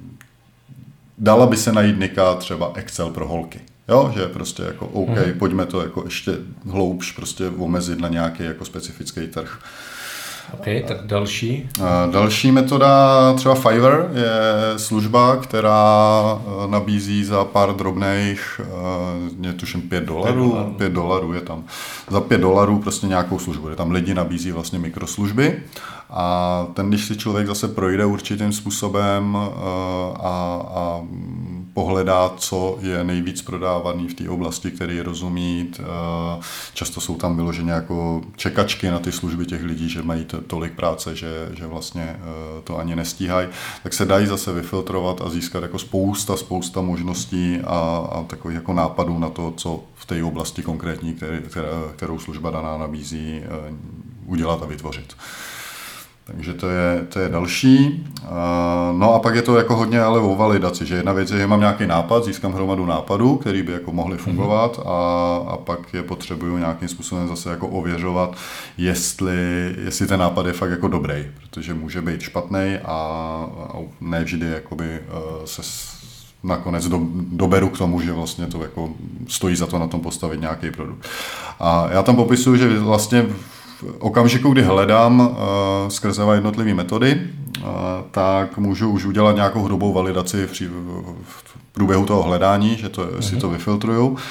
dala by se najít nika třeba Excel pro holky. Jo, že prostě jako OK, pojďme to jako ještě hloubš prostě omezit na nějaký jako specifický trh. OK, tak další. Další metoda, třeba Fiverr, je služba, která nabízí za pár drobných, je tuším $5 je tam. Za $5 prostě nějakou službu. Je tam lidi nabízí vlastně mikroslužby a když si člověk zase projde určitým způsobem a pohledá, co je nejvíc prodávaný v té oblasti, který rozumí. Často jsou tam vyloženě jako čekačky na ty služby těch lidí, že mají tolik práce, že vlastně to ani nestíhají. Tak se dají zase vyfiltrovat a získat jako spousta možností a takových jako nápadů na to, co v té oblasti konkrétní, kterou služba daná nabízí, udělat a vytvořit. Takže to je další. No a pak je to jako hodně ale o validaci, že jedna věc je, že mám nějaký nápad, získám hromadu nápadů, který by jako mohly fungovat a pak je potřebuju nějakým způsobem zase jako ověřovat, jestli ten nápad je fakt jako dobrý, protože může být špatný a ne vždy jakoby se nakonec doberu k tomu, že vlastně to jako stojí za to na tom postavit nějaký produkt. A já tam popisuju, že vlastně v okamžiku, kdy hledám skrze jednotlivé metody, tak můžu už udělat nějakou hrubou validaci v průběhu toho hledání, že si to vyfiltruju.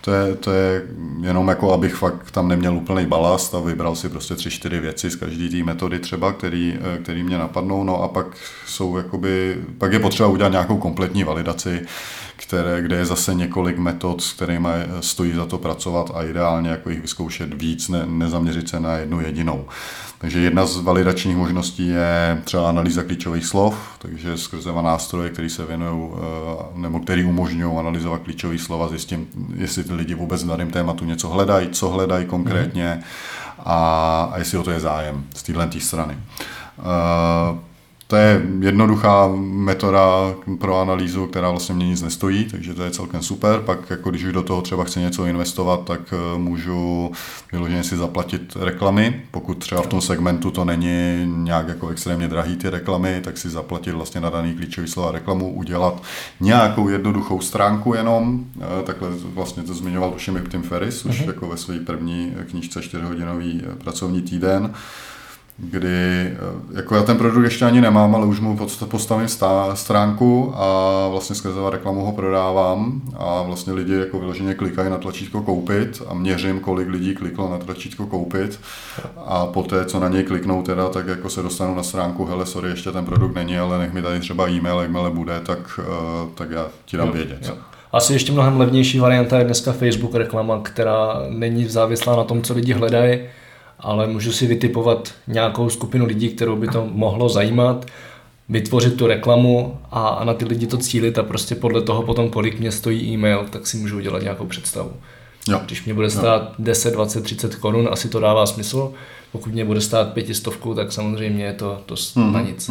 To je jenom jako, abych fakt tam neměl úplný balast a vybral si prostě 3-4 věci z každé té metody třeba, který mě napadnou, no a pak je potřeba udělat nějakou kompletní validaci, kde je zase několik metod, s kterými stojí za to pracovat a ideálně jako jich vyzkoušet víc, nezaměřit se na jednu jedinou. Takže jedna z validačních možností je třeba analýza klíčových slov, takže skrze nástroje, který se věnují nebo který umožňují analyzovat klíčové slova, zjistím, jestli ty lidi vůbec v daném tématu něco hledají, co hledají konkrétně a jestli o to je zájem z této strany. To je jednoduchá metoda pro analýzu, která vlastně mě nic nestojí, takže to je celkem super. Pak jako když už do toho třeba chci něco investovat, tak můžu vyloženě si zaplatit reklamy. Pokud třeba v tom segmentu to není nějak jako extrémně drahý ty reklamy, tak si zaplatit vlastně na daný klíčový slova reklamu, udělat nějakou jednoduchou stránku jenom. Takhle vlastně to zmiňoval tuším i Tim Ferriss, už jako ve své první knížce 4hodinový pracovní týden, kdy jako já ten produkt ještě ani nemám, ale už mu postavím stránku a vlastně skrze reklamu ho prodávám a vlastně lidi jako vyloženě klikají na tlačítko koupit a měřím, kolik lidí kliklo na tlačítko koupit a poté, co na něj kliknou teda, tak jako se dostanou na stránku, hele, sorry, ještě ten produkt není, ale nech mi tady třeba e-mail, jakmile bude, tak já ti dám vědět. Jo. Asi ještě mnohem levnější varianta je dneska Facebook reklama, která není závislá na tom, co lidi hledají, ale můžu si vytipovat nějakou skupinu lidí, kterou by to mohlo zajímat, vytvořit tu reklamu a na ty lidi to cílit a prostě podle toho potom, kolik mě stojí e-mail, tak si můžu udělat nějakou představu. Jo. Když mě bude stát 10, 20, 30 korun, asi to dává smysl. Pokud mě bude stát 500, tak samozřejmě je to na nic.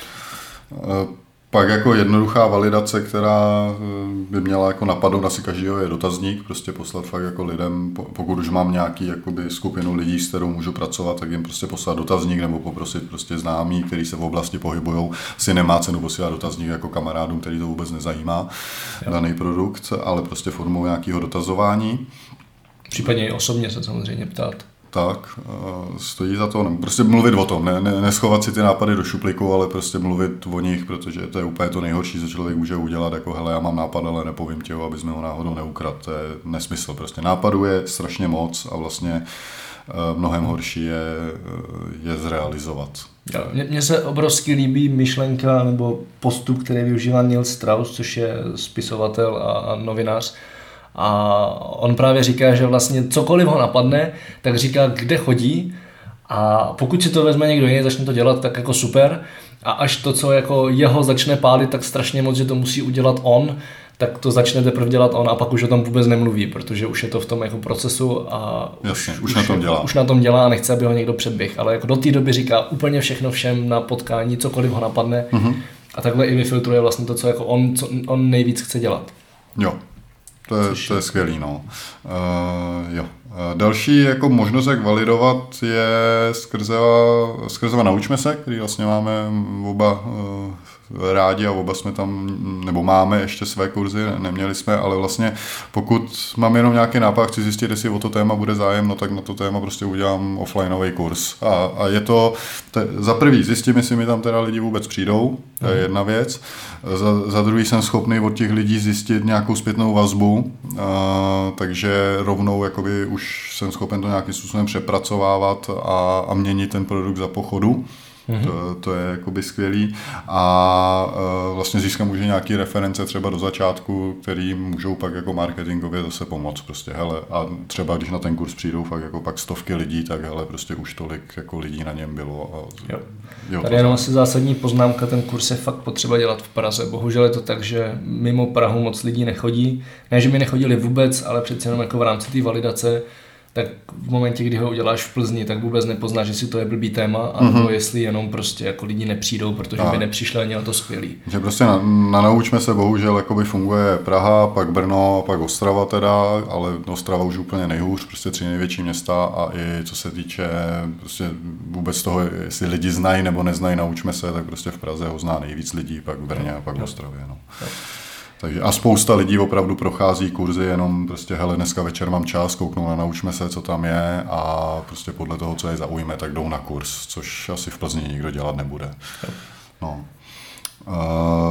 Pak jako jednoduchá validace, která by měla jako napadnout asi každého, je dotazník, prostě poslat fakt jako lidem, pokud už mám nějaký jakoby skupinu lidí, s kterou můžu pracovat, tak jim prostě poslat dotazník nebo poprosit prostě známí, kteří se v oblasti pohybujou. Asi nemá cenu posílat dotazník jako kamarádům, který to vůbec nezajímá, daný produkt, ale prostě formou nějakého dotazování. Případně i osobně se samozřejmě ptát. Tak, stojí za to, prostě mluvit o tom, neschovat si ty nápady do šuplíku, ale prostě mluvit o nich, protože to je úplně to nejhorší, co člověk může udělat, jako hele, já mám nápad, ale nepovím tě ho, abys mi ho náhodou neukradl, to je nesmysl, prostě nápadů je strašně moc a vlastně mnohem horší je zrealizovat. Mně se obrovsky líbí myšlenka nebo postup, který využívá Neil Strauss, což je spisovatel a novinář. A on právě říká, že vlastně cokoliv ho napadne, tak říká, kde chodí a pokud si to vezme někdo jiný, začne to dělat, tak jako super. A až to, co jako jeho začne pálit tak strašně moc, že to musí udělat on, tak to začne teprve dělat on a pak už o tom vůbec nemluví, protože už je to v tom jako procesu a jasně, už na tom dělá a nechce, aby ho někdo předběh. Ale jako do té doby říká úplně všechno všem na potkání, cokoliv ho napadne a takhle i vyfiltruje vlastně to, co jako on nejvíc chce dělat. Jo. To je skvělý, no. Jo. Další jako možnost, jak validovat, je skrze Naučme se, který vlastně máme oba rádi a oba jsme tam, nebo máme ještě své kurzy, neměli jsme, ale vlastně pokud mám jenom nějaký nápad, chci zjistit, jestli o to téma bude zájem, no tak na to téma prostě udělám offlineový kurz. A je to, za prvý zjistím, jestli mi tam teda lidi vůbec přijdou, to je jedna věc. Za druhý jsem schopný od těch lidí zjistit nějakou zpětnou vazbu, takže rovnou jakoby už jsem schopen to nějakým způsobem přepracovávat a měnit ten produkt za pochodu. To je jakoby skvělý a vlastně získám už nějaký reference třeba do začátku, který můžou pak jako marketingově zase pomoct prostě, hele, a třeba když na ten kurz přijdou fakt jako pak stovky lidí, tak hele, prostě už tolik jako lidí na něm bylo. Jo, tady jenom asi zásadní poznámka, ten kurz je fakt potřeba dělat v Praze, bohužel je to tak, že mimo Prahu moc lidí nechodí, ne, že by nechodili vůbec, ale přece jenom jako v rámci té validace, tak v momentě, kdy ho uděláš v Plzni, tak vůbec nepoznáš, jestli to je blbý téma, anebo jestli jenom prostě jako lidi nepřijdou, protože by nepřišli a mělo to skvělý. Že prostě na Naučme se bohužel jakoby funguje Praha, pak Brno, pak Ostrava teda, ale Ostrava už úplně nejhůř, prostě 3 největší města a i co se týče prostě vůbec toho, jestli lidi znají nebo neznají Naučme se, tak prostě v Praze ho zná nejvíc lidí, pak v Brně a pak v Ostravě. No. Takže a spousta lidí opravdu prochází kurzy jenom prostě hele, dneska večer mám čas, kouknou na Naučme se, co tam je a prostě podle toho, co je zaujme, tak jdou na kurz, což asi v Plzni nikdo dělat nebude. No.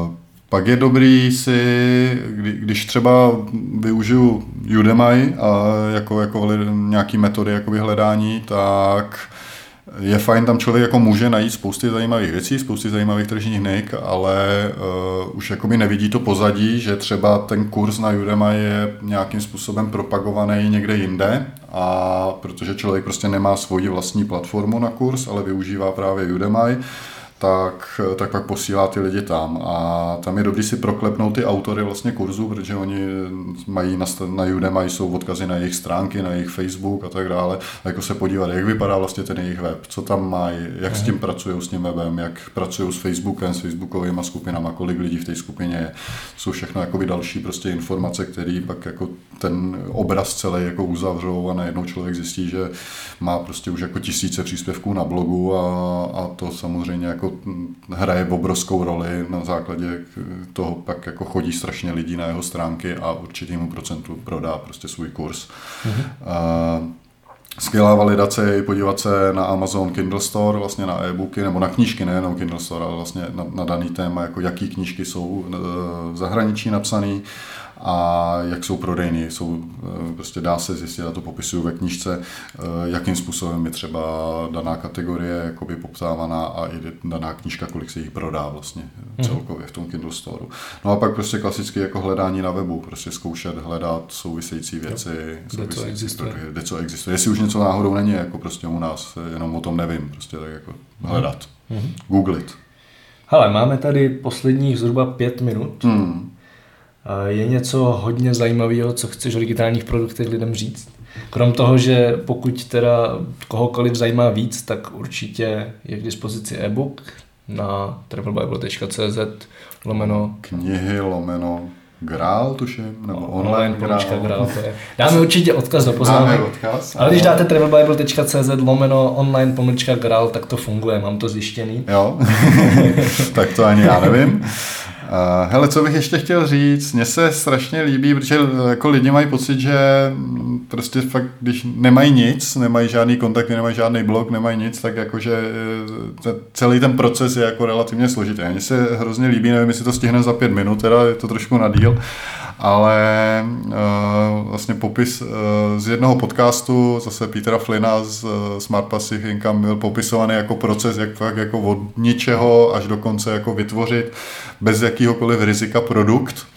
Pak je dobrý si, když třeba využiju Udemy a jako nějaký metody jako hledání, tak je fajn, tam člověk jako může najít spousty zajímavých věcí, spousty zajímavých tržních nik, ale už jakoby nevidí to pozadí, že třeba ten kurz na Udemy je nějakým způsobem propagovaný někde jinde, a protože člověk prostě nemá svoji vlastní platformu na kurz, ale využívá právě Udemy, tak pak posílá ty lidi tam. A tam je dobrý si proklepnout ty autory vlastně kurzu, protože oni mají na Udemy, jsou odkazy na jejich stránky, na jejich Facebook a tak dále. A jako se podívat, jak vypadá vlastně ten jejich web, co tam mají, jak s tím pracují s tím webem, jak pracují s Facebookem, s facebookovými skupinama, kolik lidí v té skupině je. Jsou všechno jakoby další prostě informace, které pak jako ten obraz celý jako uzavřou a najednou člověk zjistí, že má prostě už jako tisíce příspěvků na blogu a to samozřejmě jako hraje obrovskou roli, na základě toho pak jako chodí strašně lidí na jeho stránky a určitýmu procentu prodá prostě svůj kurz. Skvělá validace je podívat se na Amazon Kindle Store, vlastně na e-booky, nebo na knížky, nejenom Kindle Store, ale vlastně na daný téma, jako jaký knížky jsou v zahraničí napsané a jak jsou prodejný. Prostě dá se zjistit, já to popisuju ve knížce, jakým způsobem je třeba daná kategorie jakoby poptávaná a i daná knížka, kolik se jich prodá vlastně celkově v tom Kindle Store. No a pak prostě klasicky jako hledání na webu, prostě zkoušet hledat související věci, kde co existuje. Jestli už něco náhodou není, jako prostě u nás, jenom o tom nevím, prostě tak jako hledat, googlit. Hele, máme tady posledních zhruba 5 minut. Je něco hodně zajímavého, co chceš o digitálních produktech lidem říct? Krom toho, že pokud teda kohokoliv zajímá víc, tak určitě je k dispozici e-book na travelbible.cz knihy Grál, tuším, nebo online Grál. Dáme určitě odkaz do poznámek. Ale když dáte travelbible.cz/online-Grál, tak to funguje, mám to zjištěný. Jo, tak to ani já nevím. Hele, co bych ještě chtěl říct, mně se strašně líbí, protože jako lidi mají pocit, že prostě fakt, když nemají nic, nemají žádný kontakty, nemají žádný blog, nemají nic, tak jakože celý ten proces je jako relativně složitý. Mně se hrozně líbí, nevím, jestli to stihneme za 5 minut, teda je to trošku na díl, ale vlastně popis z jednoho podcastu, zase Petera Flynna z Smart Passive Income, byl popisovaný jako proces, jak fakt jako od ničeho až do konce jako vytvořit bez jakýhokoliv rizika produkt,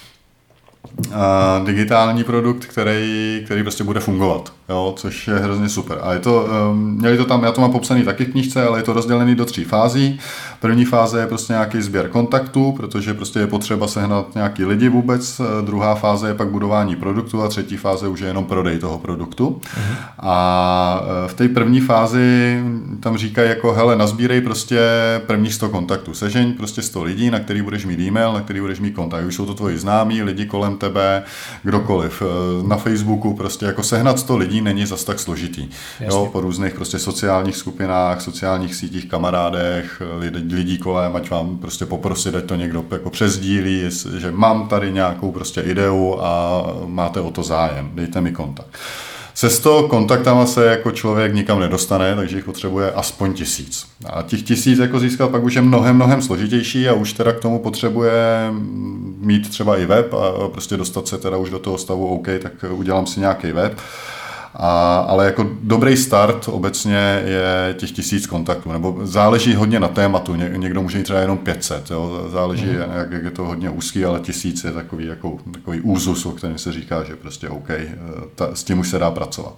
digitální produkt, který prostě bude fungovat, jo, což je hrozně super. A je to, měli to tam, já to mám popsaný taky v knížce, ale je to rozdělený do 3 fází. První fáze je prostě nějaký sběr kontaktů, protože prostě je potřeba sehnat nějaký lidi vůbec. Druhá fáze je pak budování produktu a třetí fáze už je jenom prodej toho produktu. A v té první fázi tam říkají jako, hele, nazbírej prostě prvních 100 kontaktů. Sežeň prostě 100 lidí, na který budeš mít e-mail, na který budeš mít kontakt. Už jsou to tvoji známí, lidi kolem tebe, kdokoliv. Na Facebooku prostě jako sehnat 100 lidí není zas tak složitý. Jo, po různých prostě sociálních skupinách, sociálních sítích, kamarádech, lidí kolem, ať vám prostě poprosit, ať to někdo jako přesdílí, že mám tady nějakou prostě ideu a máte o to zájem, dejte mi kontakt. Se 100 kontaktama se jako člověk nikam nedostane, takže jich potřebuje aspoň 1000. A těch 1000 jako získat pak už je mnohem složitější a už teda k tomu potřebuje mít třeba i web a prostě dostat se teda už do toho stavu OK, tak udělám si nějaký web. Ale jako dobrý start obecně je těch 1000 kontaktů, nebo záleží hodně na tématu, někdo může mít třeba jenom 500, jo? Záleží, jak je to hodně úzký, ale 1000 je takový úzus, o kterém se říká, že prostě OK, s tím už se dá pracovat.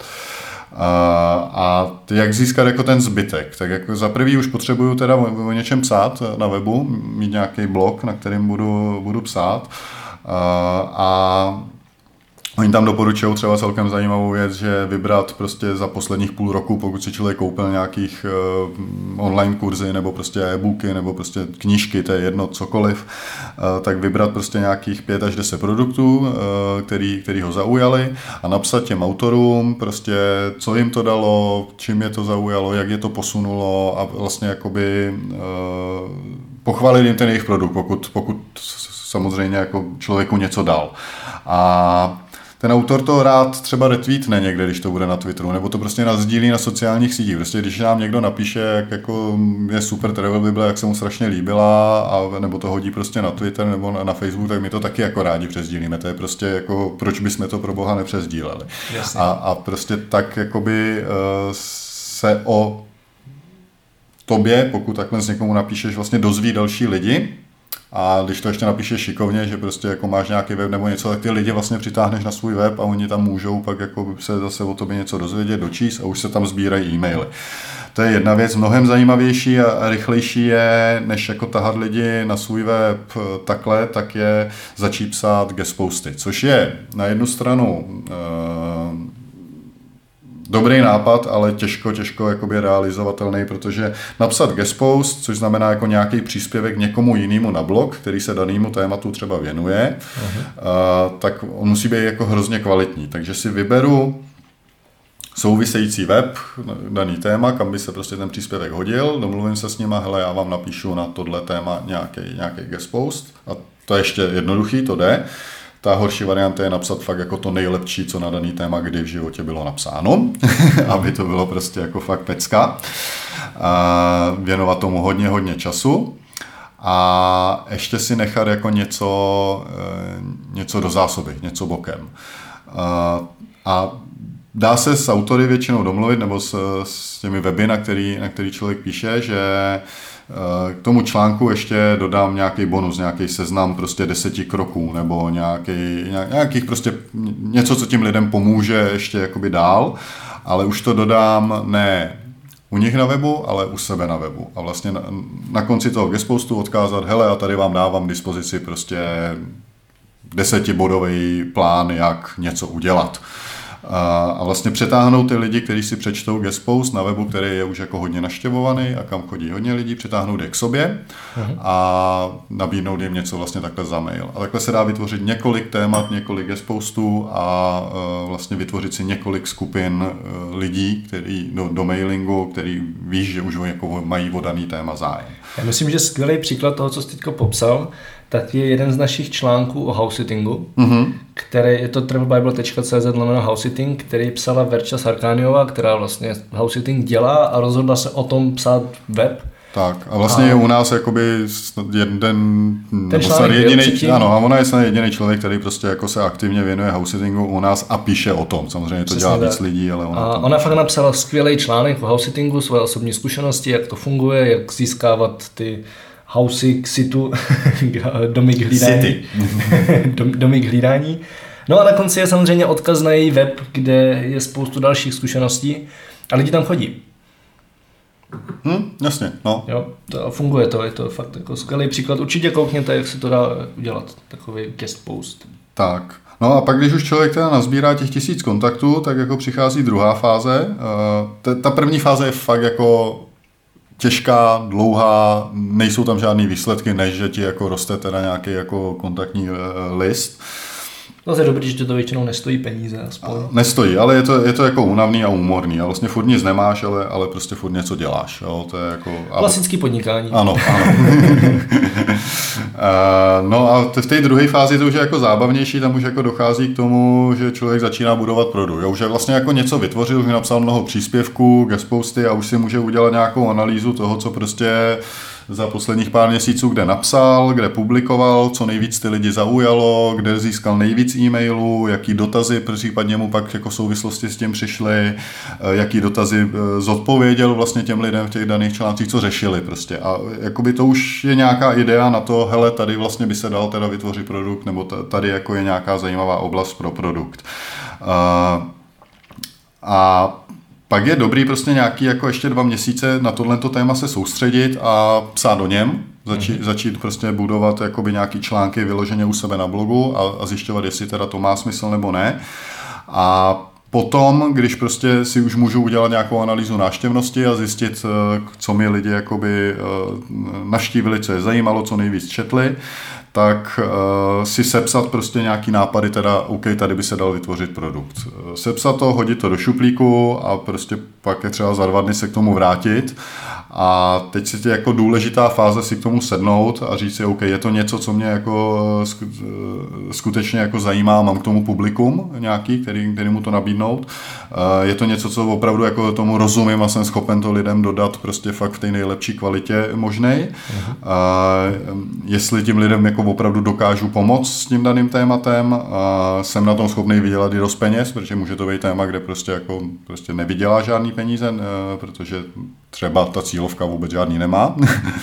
A jak získat jako ten zbytek, tak jako za prvý už potřebuju teda o něčem psát na webu, mít nějaký blog, na kterém budu psát a oni tam doporučují třeba celkem zajímavou věc, že vybrat prostě za posledních půl roku, pokud si člověk koupil nějakých online kurzy nebo prostě e-booky nebo prostě knížky, to je jedno, cokoliv, tak vybrat prostě nějakých 5 až 10 produktů, který ho zaujaly a napsat těm autorům prostě, co jim to dalo, čím je to zaujalo, jak je to posunulo a vlastně jakoby pochválit jim ten jejich produkt, pokud samozřejmě jako člověku něco dal. A ten autor to rád třeba retweetne někde, když to bude na Twitteru, nebo to prostě nasdílí na sociálních sítích. Prostě když nám někdo napíše, jak jako je super Travel Bible, jak se mu strašně líbila, a nebo to hodí prostě na Twitter nebo na Facebook, tak my to taky jako rádi přesdílíme. To je prostě jako, proč bychom to pro boha nepřesdíleli. A prostě tak jakoby se o tobě, pokud takhle s někomu napíšeš, vlastně dozví další lidi. A když to ještě napíšeš šikovně, že prostě jako máš nějaký web nebo něco, tak ty lidi vlastně přitáhneš na svůj web a oni tam můžou pak jako se zase o tobě něco dozvědět, dočíst a už se tam sbírají e-maily. To je jedna věc, mnohem zajímavější a rychlejší je, než jako tahat lidi na svůj web takhle, tak je začít psát guest posty, což je na jednu stranu dobrý nápad, ale těžko jakoby realizovatelný, protože napsat guest post, což znamená jako nějaký příspěvek někomu jinému na blog, který se danému tématu třeba věnuje, tak on musí být jako hrozně kvalitní. Takže si vyberu související web, daný téma, kam by se prostě ten příspěvek hodil, domluvím se s nima, hele, já vám napíšu na tohle téma nějaký guest post a to je ještě jednoduchý, to jde. Ta horší varianta je napsat fakt jako to nejlepší, co na daný téma kdy v životě bylo napsáno, aby to bylo prostě jako fakt pecka. Věnovat tomu hodně času a ještě si nechat jako něco do zásoby, něco bokem. A dá se s autory většinou domluvit, nebo s těmi weby, na který člověk píše, že k tomu článku ještě dodám nějaký bonus, nějaký seznam prostě 10 kroků, nebo nějakých prostě něco, co tím lidem pomůže ještě jakoby dál, ale už to dodám ne u nich na webu, ale u sebe na webu. A vlastně na konci toho guest postu odkázat, hele, a tady vám dávám k dispozici prostě 10bodový plán, jak něco udělat. A vlastně přetáhnout ty lidi, kteří si přečtou guest post na webu, který je už jako hodně naštěvovaný a kam chodí hodně lidí, přetáhnout je k sobě a nabídnout jim něco vlastně takhle za mail. A takhle se dá vytvořit několik témat, několik guest postů a vlastně vytvořit si několik skupin lidí, který do mailingu, který víš, že už jako mají o daný téma zájem. Já myslím, že skvělý příklad toho, co jsi teďko popsal, tak je jeden z našich článků o housesittingu, který je to travelbible.cz/housesitting, který psala Verča Sarkániová, která vlastně housesitting dělá a rozhodla se o tom psát web. Tak a vlastně je u nás jakoby jediný, ano, a ona je snad jediný člověk, který prostě jako se aktivně věnuje housesittingu u nás a píše o tom. Samozřejmě to dělá víc lidí, ale ona fakt napsala skvělý článek o housesittingu, svoje osobní zkušenosti, jak to funguje, jak získávat ty housey k situ, domy k hlídání. Domy k hlídání. No a na konci je samozřejmě odkaz na její web, kde je spoustu dalších zkušeností a lidi tam chodí. Jasně, no. Jo, to funguje to, je to fakt jako skvělý příklad. Určitě koukněte, jak se to dá udělat, takový guest post. Tak, no a pak, když už člověk teda nazbírá těch 1000 kontaktů, tak jako přichází druhá fáze. Ta první fáze je fakt jako těžká, dlouhá, nejsou tam žádný výsledky, než že ti jako roste teda nějaký jako kontaktní list. To je dobrý, že to většinou nestojí peníze aspoň. Nestojí, ale je to jako únavný a úmorný. A vlastně furt nic nemáš, ale prostě furt něco děláš. Jo? To je jako, klasický podnikání. Ano. No a v té druhé fázi to už je jako zábavnější, tam už jako dochází k tomu, že člověk začíná budovat produkt. Jo? Už je vlastně jako něco vytvořil, už napsal mnoho příspěvků, guest posty a už si může udělat nějakou analýzu toho, co prostě za posledních pár měsíců, kde napsal, kde publikoval, co nejvíc ty lidi zaujalo, kde získal nejvíc e-mailů, jaký dotazy případně mu pak jako souvislosti s tím přišly, jaký dotazy zodpověděl vlastně těm lidem v těch daných článcích, co řešili prostě. A jakoby to už je nějaká idea na to, hele, tady vlastně by se dal teda vytvořit produkt, nebo tady jako je nějaká zajímavá oblast pro produkt. A pak je dobrý prostě nějaký jako ještě 2 měsíce na tohleto téma se soustředit a psát o něm, začít prostě budovat jakoby nějaký články vyloženě u sebe na blogu a zjišťovat, jestli teda to má smysl nebo ne. A potom, když prostě si už můžu udělat nějakou analýzu návštěvnosti a zjistit, co mi lidi jakoby navštívili, co je zajímalo, co nejvíc četli, tak si sepsat prostě nějaký nápady, teda OK, tady by se dal vytvořit produkt. Sepsat to, hodit to do šuplíku a prostě pak je třeba za 2 dny se k tomu vrátit A teď si jako důležitá fáze si k tomu sednout a říct si, OK, je to něco, co mě jako skutečně jako zajímá, mám k tomu publikum nějaký, který mu to nabídnout. Je to něco, co opravdu jako tomu rozumím a jsem schopen to lidem dodat prostě fakt v té nejlepší kvalitě možnej. Jestli tím lidem jako opravdu dokážu pomoct s tím daným tématem, jsem na tom schopný vydělat i dost peněz, protože může to být téma, kde prostě nevydělá žádný peníze, protože třeba ta cílovka vůbec žádný nemá.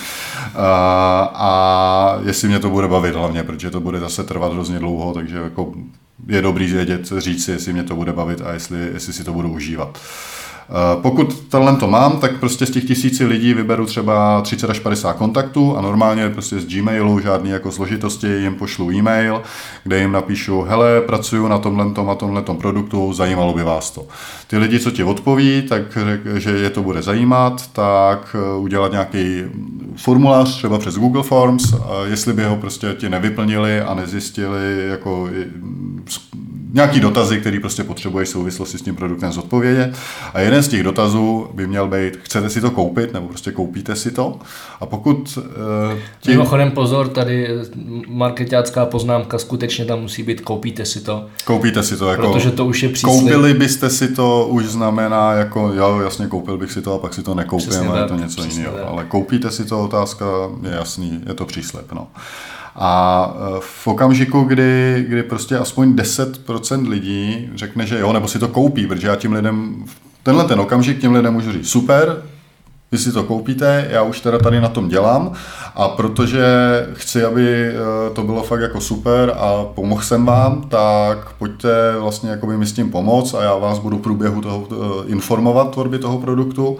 A jestli mě to bude bavit hlavně, protože to bude zase trvat hrozně dlouho, takže jako je dobrý vědět, říct si, jestli mě to bude bavit a jestli si to budu užívat. Pokud talento mám, tak prostě z těch 1000 lidí vyberu třeba 30 až 50 kontaktů a normálně prostě z Gmailu žádný jako složitosti jim pošlu e-mail, kde jim napíšu, hele, pracuju na tomhletom produktu, zajímalo by vás to. Ty lidi, co ti odpoví, tak že je to bude zajímat, tak udělat nějaký formulář třeba přes Google Forms, jestli by ho prostě ti nevyplnili a nezjistili jako nějaký dotazy, který prostě potřebuješ v souvislosti s tím produktem zodpovědět. A jeden z těch dotazů by měl být, chcete si to koupit, nebo prostě koupíte si to. A pokud... Mimochodem pozor, tady marketácká poznámka, skutečně tam musí být, koupíte si to. Koupíte si to, jako... Protože to už je příslib. Koupili byste si to, už znamená, jako jo, jasně, koupil bych si to a pak si to nekoupím, ale je to něco jiného. Ale koupíte si to, otázka je jasný, je to příslib, no. A v okamžiku, kdy prostě aspoň 10% lidí řekne, že jo, nebo si to koupí, protože já tím lidem, tenhle ten okamžik těm lidem můžu říct, super, vy si to koupíte, já už teda tady na tom dělám a protože chci, aby to bylo fakt jako super a pomohl jsem vám, tak pojďte vlastně jakoby mi s tím pomoct a já vás budu v průběhu toho informovat tvorby toho produktu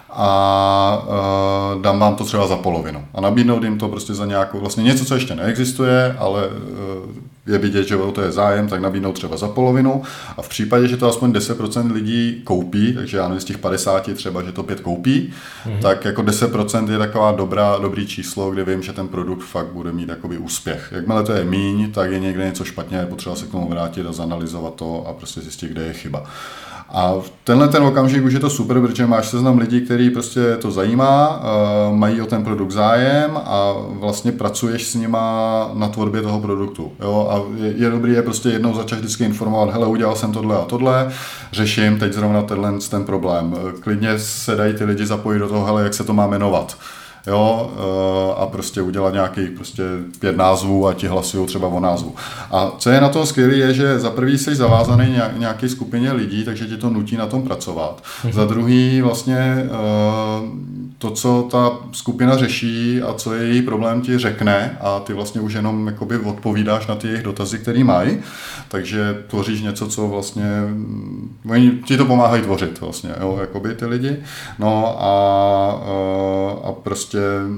a dám vám to třeba za polovinu. A nabídnout jim to prostě za nějakou, vlastně něco, co ještě neexistuje, ale je vidět, že o to je zájem, tak nabídnout třeba za polovinu. A v případě, že to aspoň 10% lidí koupí, takže já nevím, z těch 50 třeba, že to 5 koupí, tak jako 10% je taková dobrý číslo, kde vím, že ten produkt fakt bude mít jakoby úspěch. Jakmile to je míň, tak je někde něco špatně, je potřeba se k tomu vrátit a zanalyzovat to a prostě zjistit, kde je chyba. A v tenhle ten okamžik už je to super, protože máš seznam lidí, který prostě to zajímá, mají o ten produkt zájem a vlastně pracuješ s nima na tvorbě toho produktu. Jo? A je dobrý je prostě jednou za čas vždycky informovat, hele, udělal jsem tohle a tohle, řeším teď zrovna ten problém. Klidně se dají ty lidi zapojit do toho, hele, jak se to má jmenovat. Jo, a prostě udělat nějakých prostě 5 názvů a ti hlasují třeba o názvu. A co je na tom skvělé, je, že za prvý jsi zavázaný nějaké skupině lidí, takže ti to nutí na tom pracovat. Za druhý vlastně to, co ta skupina řeší a co je její problém, ti řekne a ty vlastně už jenom jakoby odpovídáš na ty jejich dotazy, který mají, takže tvoříš něco, co vlastně oni ti to pomáhají tvořit vlastně, jo, jakoby ty lidi. No a prostě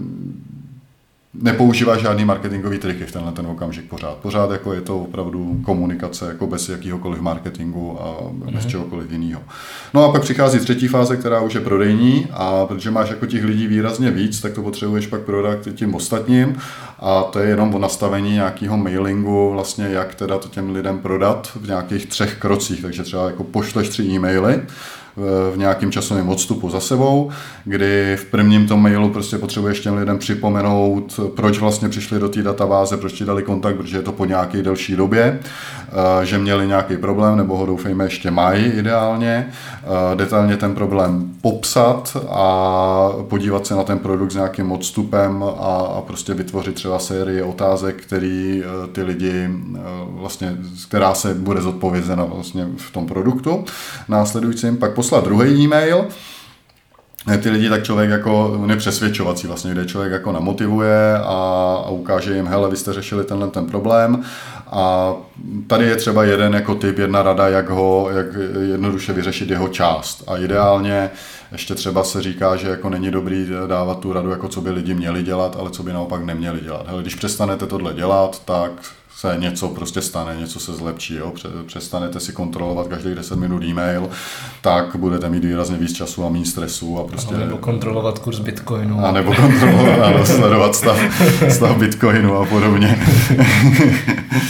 nepoužíváš žádný marketingový triky v tenhle ten okamžik pořád. Pořád jako je to opravdu komunikace jako bez jakýhokoliv marketingu a bez čehokoliv jiného. No a pak přichází třetí fáze, která už je prodejní a protože máš jako těch lidí výrazně víc, tak to potřebuješ pak prodat tím ostatním a to je jenom o nastavení nějakého mailingu, vlastně jak teda to těm lidem prodat v nějakých 3 krocích, takže třeba jako pošleš 3 e-maily v nějakém časovém odstupu za sebou, kdy v prvním tom mailu prostě potřebuješ těm lidem připomenout, proč vlastně přišli do té databáze, proč ti dali kontakt, protože je to po nějaké delší době, že měli nějaký problém, nebo ho doufejme ještě mají ideálně, detailně ten problém popsat a podívat se na ten produkt s nějakým odstupem a prostě vytvořit třeba sérii otázek, který ty lidi vlastně, která se bude zodpovězena vlastně v tom produktu následujícím, pak poslat druhý e-mail. Ty lidi tak člověk jako nepřesvědčovací vlastně, kde člověk jako namotivuje a ukáže jim, hele, vy jste řešili ten problém a tady je třeba jeden jako tip, jedna rada, jak jednoduše vyřešit jeho část a ideálně ještě třeba se říká, že jako není dobrý dávat tu radu, jako co by lidi měli dělat, ale co by naopak neměli dělat. Hele, když přestanete tohle dělat, tak se něco prostě stane, něco se zlepší, jo? Přestanete si kontrolovat každých 10 minut e-mail, tak budete mít výrazně víc času a méně stresu a prostě... Nebo kontrolovat kurz Bitcoinu. A nebo kontrolovat, ano, sledovat stav Bitcoinu a podobně.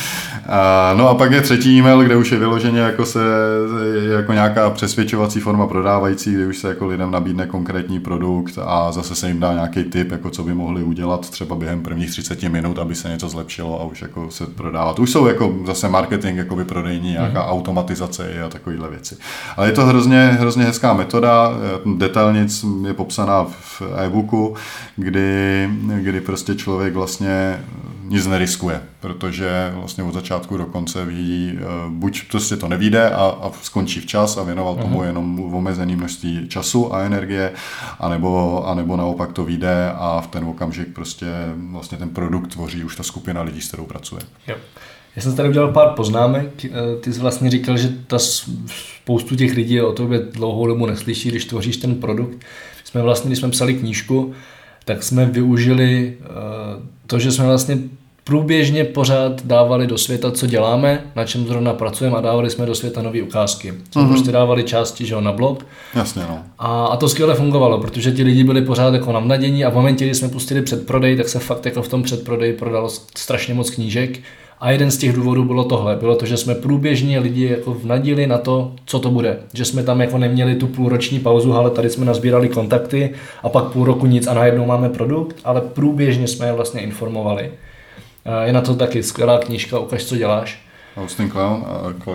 No a pak je třetí e-mail, kde už je vyloženě jako nějaká přesvědčovací forma prodávající, kde už se jako lidem nabídne konkrétní produkt a zase se jim dá nějaký tip, jako co by mohli udělat třeba během prvních 30 minut, aby se něco zlepšilo a už jako se prodávat. Už jsou jako zase marketing, jakoby prodejní, nějaká automatizace a takovéhle věci. Ale je to hrozně hezká metoda, detailnic je popsaná v e-booku, kdy prostě člověk vlastně nic neriskuje, protože vlastně od začátku do konce ví, buď prostě to nevyjde a skončí včas a věnoval tomu jenom omezené množství času a energie, anebo naopak to vyjde a v ten okamžik prostě vlastně ten produkt tvoří už ta skupina lidí, s kterou pracuje. Jo. Já jsem tady udělal pár poznámek. Ty jsi vlastně říkal, že spoustu těch lidí o tobě dlouhou dobu neslyší, když tvoříš ten produkt. Když jsme psali knížku, tak jsme využili to, že jsme vlastně průběžně pořád dávali do světa, co děláme, na čem zrovna pracujeme a dávali jsme do světa nové ukázky. Jsme prostě dávali části, že na blog. Jasně, no. A to skvěle fungovalo, protože ti lidi byli pořád jako navnadění a v momentě, kdy jsme pustili předprodej, tak se fakt jako v tom předprodeji prodalo strašně moc knížek. A jeden z těch důvodů bylo tohle. Bylo to, že jsme průběžně lidi jako vnadili na to, co to bude. Že jsme tam jako neměli tu půlroční pauzu, ale tady jsme nazbírali kontakty a pak půl roku nic a najednou máme produkt, ale průběžně jsme je vlastně informovali. Je na to taky skvělá knížka, ukaž, co děláš. Hosting Clown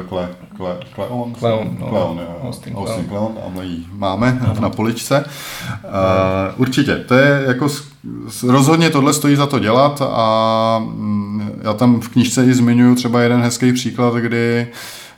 a my ji máme na poličce. Určitě, to je jako rozhodně tohle stojí za to dělat a já tam v knížce i zmiňuji třeba jeden hezký příklad, kdy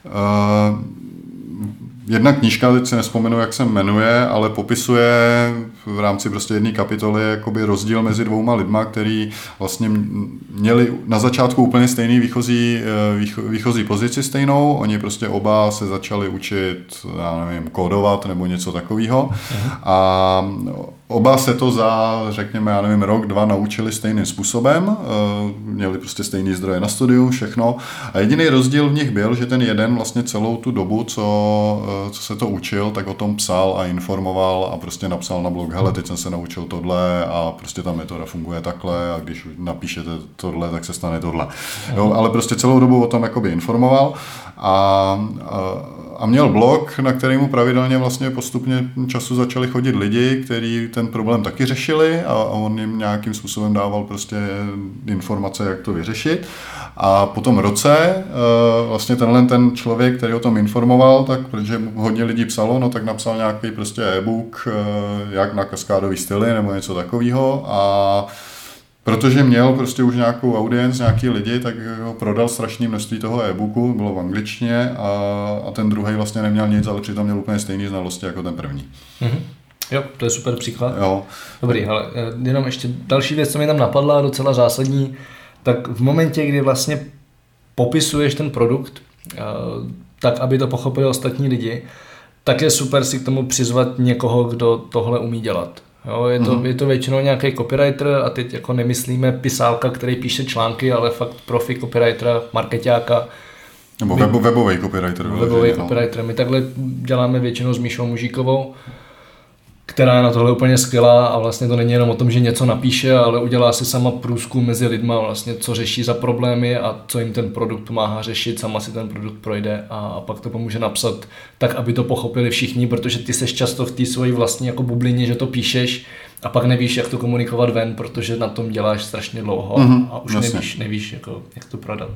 jedna knížka, teď si nevzpomenu, jak se jmenuje, ale popisuje v rámci prostě jedné kapitoly jakoby rozdíl mezi dvouma lidma, který vlastně měli na začátku úplně stejný výchozí pozici stejnou. Oni prostě oba se začali učit, já nevím, kódovat nebo něco takového. A oba se to za, řekněme, já nevím, rok, dva naučili stejným způsobem. Měli prostě stejný zdroje na studiu, všechno. A jediný rozdíl v nich byl, že ten jeden vlastně celou tu dobu, co se to učil, tak o tom psal a informoval a prostě napsal na blog, hele, teď jsem se naučil tohle a prostě ta metoda funguje takhle a když napíšete tohle, tak se stane tohle. Jo, ale prostě celou dobu o tom jakoby informoval a měl blog, na kterému pravidelně vlastně postupně času začali chodit lidi, kteří ten problém taky řešili a on jim nějakým způsobem dával prostě informace, jak to vyřešit. A po tom roce vlastně ten člověk, který o tom informoval, tak protože hodně lidí psalo, no tak napsal nějaký prostě e-book, jak na kaskádový styly nebo něco takového a protože měl prostě už nějakou audience, nějaký lidi, tak ho prodal strašné množství toho e-booku, bylo v angličtině a ten druhý vlastně neměl nic, ale přitom měl úplně stejné znalosti jako ten první. Mm-hmm. Jo, to je super příklad. Jo. Dobrý, ale jenom ještě další věc, co mi tam napadla, docela zásadní, tak v momentě, kdy vlastně popisuješ ten produkt, tak aby to pochopili ostatní lidi, tak je super si k tomu přizvat někoho, kdo tohle umí dělat. Jo, je to většinou nějaký copywriter a teď jako nemyslíme pisálka, který píše články, ale fakt profi copywritera, markeťáka. Nebo webový copywriter. Webový copywriter. My takhle děláme většinou s Míšou Mužíkovou, která je na tohle úplně skvělá a vlastně to není jenom o tom, že něco napíše, ale udělá si sama průzkum mezi lidma, vlastně co řeší za problémy a co jim ten produkt pomáhá řešit, sama si ten produkt projde a pak to pomůže napsat tak, aby to pochopili všichni, protože ty seš často v té svojí vlastní jako bublině, že to píšeš a pak nevíš, jak to komunikovat ven, protože na tom děláš strašně dlouho a už nevíš jako, jak to prodat.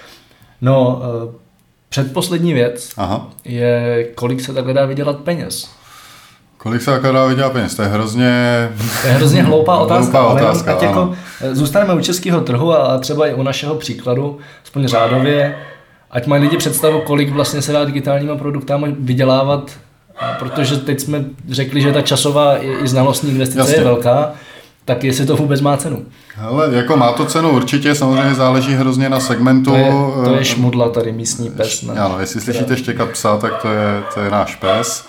No, předposlední věc je, kolik se takhle dá vydělat peněz. Kolik se takhle dá vydělat peněz? To je hrozně hloupá otázka. Ať jako zůstaneme u českého trhu a třeba i u našeho příkladu, aspoň řádově, ať mají lidi představu, kolik vlastně se dá digitálníma produktama vydělávat, protože teď jsme řekli, že ta časová i znalostní investice je velká, tak jestli to vůbec má cenu. Hele, jako má to cenu určitě, samozřejmě záleží hrozně na segmentu. To je Šmudla, tady místní pes. Ano, jestli slyšíte štěkat psa, tak to je náš pes.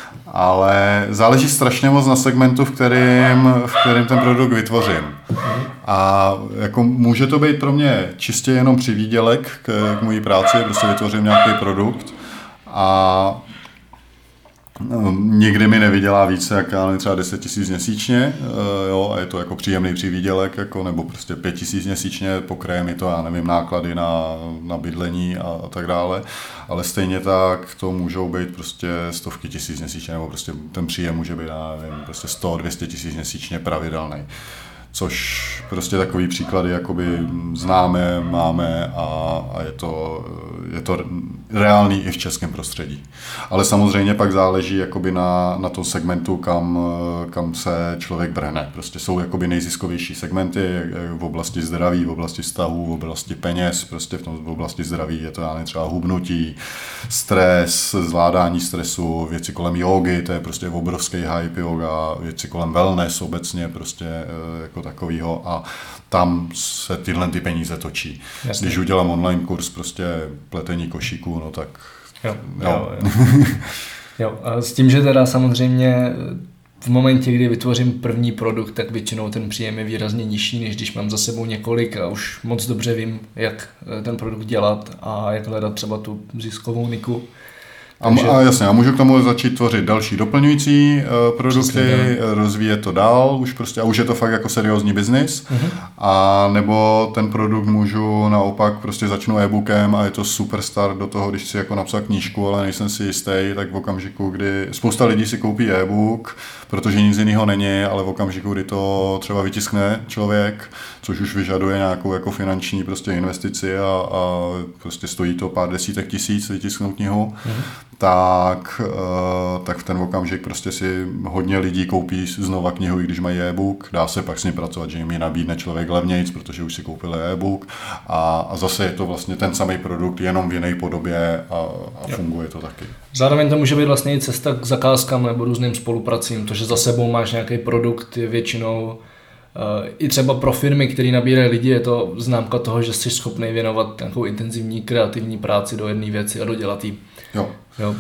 Ale záleží strašně moc na segmentu, v kterém ten produkt vytvořím. A jako může to být pro mě čistě jenom přivýdělek k mojí práci, prostě vytvořím nějaký produkt a Nikdy mi nevydělá více, jak třeba 10 000 měsíčně, jo, a je to jako příjemný přivýdělek, jako, nebo prostě 5 000 měsíčně, pokryje mi to, já nevím, náklady na bydlení a tak dále, ale stejně tak to můžou být prostě stovky tisíc měsíčně, nebo prostě ten příjem může být, já nevím, prostě 100-200 tisíc měsíčně pravidelný. Což prostě takový příklady jakoby známe, máme a je to reálný i v českém prostředí. Ale samozřejmě pak záleží jakoby na tom segmentu, kam se člověk vrhne. Prostě jsou jakoby nejziskovější segmenty v oblasti zdraví, v oblasti vztahů, v oblasti peněz, prostě v oblasti zdraví je to třeba hubnutí, stres, zvládání stresu, věci kolem jógy, to je prostě obrovský hype yoga, věci kolem wellness obecně prostě jako takovýho a tam se tyhle ty peníze točí. Jasně. Když udělám online kurz prostě pletení košíků, no tak jo. Jo, a s tím, že teda samozřejmě v momentě, kdy vytvořím první produkt, tak většinou ten příjem je výrazně nižší, než když mám za sebou několik a už moc dobře vím, jak ten produkt dělat a jak hledat třeba tu ziskovou niku. A jasně, a můžu k tomu začít tvořit další doplňující produkty, rozvíjet to dál, už je to fakt jako seriózní biznis, a nebo ten produkt můžu naopak prostě začnu e-bookem a je to super start do toho, když si jako napsat knížku, ale nejsem si jistý, tak v okamžiku, kdy spousta lidí si koupí e-book, protože nic jiného není, ale v okamžiku, kdy to třeba vytiskne člověk, což už vyžaduje nějakou jako finanční prostě investici a prostě stojí to pár desítek tisíc vytisknout knihu, tak v ten okamžik prostě si hodně lidí koupí znova knihu, i když mají e-book, dá se pak s ním pracovat, že jim ji nabídne člověk levnějc, protože už si koupili e-book a zase je to vlastně ten samý produkt, jenom v jiné podobě a funguje to taky. Zároveň to může být vlastně i cesta k zakázkám nebo různým spolupracím, to, že za sebou máš nějaký produkt, je většinou i třeba pro firmy, které nabírají lidi, je to známka toho, že jsi schopný věnovat nějakou intenzivní kreativní práci do jedné věci a dodělat jí. Jo.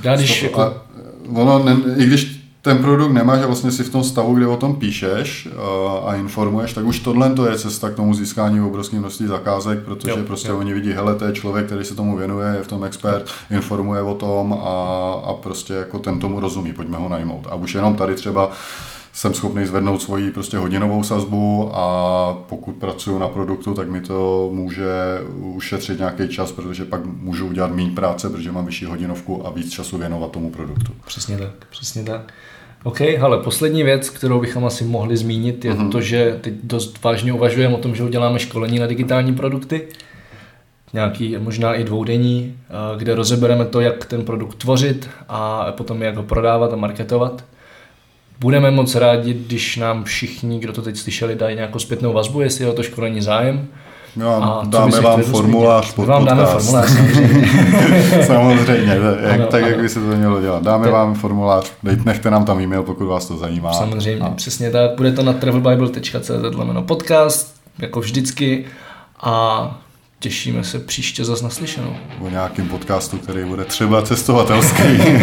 I když ten produkt nemáš a vlastně si v tom stavu, kde o tom píšeš a informuješ, tak už tohle to je cesta k tomu získání obrovských množství zakázek, protože oni vidí, hele, to je člověk, který se tomu věnuje, je v tom expert, informuje o tom a prostě jako ten tomu rozumí, pojďme ho najmout. A už jenom tady třeba jsem schopný zvednout svoji prostě hodinovou sazbu a pokud pracuju na produktu, tak mi to může ušetřit nějaký čas, protože pak můžu udělat méně práce, protože mám vyšší hodinovku a víc času věnovat tomu produktu. Přesně tak. OK, hele, poslední věc, kterou bychom asi mohli zmínit, je to, že teď dost vážně uvažujeme o tom, že uděláme školení na digitální produkty, nějaký možná i dvoudenní, kde rozebereme to, jak ten produkt tvořit a potom jak ho prodávat a marketovat. Budeme moc rádi, když nám všichni, kdo to teď slyšeli, dají nějakou zpětnou vazbu, jestli je o to školení zájem. Dáme vám formulář pod podcast. Dáme formulář, samozřejmě. Samozřejmě, jak by se to mělo dělat. Dáme vám formulář, nechte nám tam e-mail, pokud vás to zajímá. Samozřejmě, přesně tak. Bude to na travelbible.cz/podcast, jako vždycky. A těšíme se příště zas naslyšenou. O nějakým podcastu, který bude třeba cestovatelský.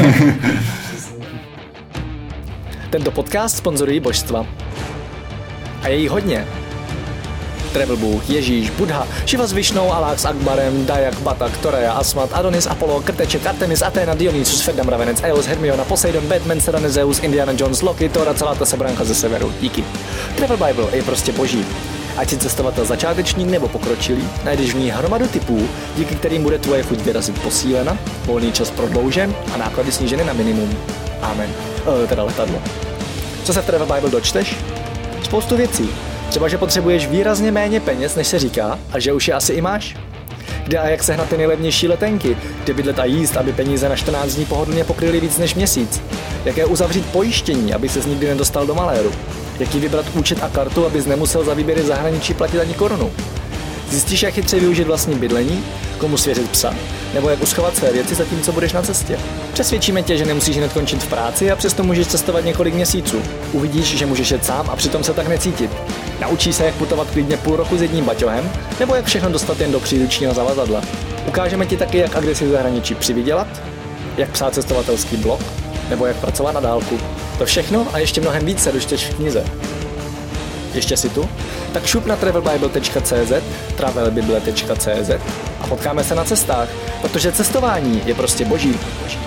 Tento podcast sponzorují božstva. A je jich hodně. Travel Bůh, Ježíš, Buddha, Šiva s Višnou, Alák s Akbarem, Dajak, Batak, Torea, Asmat, Adonis, Apollo, Krteček, Artemis, Athena, Dionysus, Ferdam, Ravenec, Eos, Hermiona, Poseidon, Batman, Serena, Zeus, Indiana Jones, Loki, Thor a celá ta sebranka ze severu. Díky. Travel Bible je prostě boží. Ať si cestovatel začátečník nebo pokročilý, najdeš v ní hromadu typů, díky kterým bude tvoje chuť vyrazit posílena, volný čas prodloužen a náklady sníženy na minimum. Amen. Teda letadlo. Co se v Travel Bible dočteš? Spoustu věcí. Třeba, že potřebuješ výrazně méně peněz, než se říká, a že už je asi i máš. Kde a jak sehnat ty nejlevnější letenky, kde bydlet a jíst, aby peníze na 14 dní pohodlně pokryly víc než měsíc. Jaké uzavřít pojištění, aby ses nikdy nedostal do maléru. Jaký vybrat účet a kartu, abys nemusel za výběry zahraničí platit ani korunu. Zjistíš, jak chytře využít vlastní bydlení, komu svěřit psa, nebo jak uschovat své věci zatímco budeš na cestě. Přesvědčíme tě, že nemusíš hned končit v práci a přesto můžeš cestovat několik měsíců. Uvidíš, že můžeš jet sám a přitom se tak necítit. Naučíš se, jak putovat klidně půl roku s jedním baťohem, nebo jak všechno dostat jen do příručního zavazadla. Ukážeme ti taky, jak a kde si v zahraničí přivydělat, jak psát cestovatelský blog, nebo jak pracovat na dálku. To všechno a ještě mnohem víc se dočteš v knize. Ještě si tu? Tak šup na travelbible.cz, travelbible.cz a potkáme se na cestách, protože cestování je prostě boží.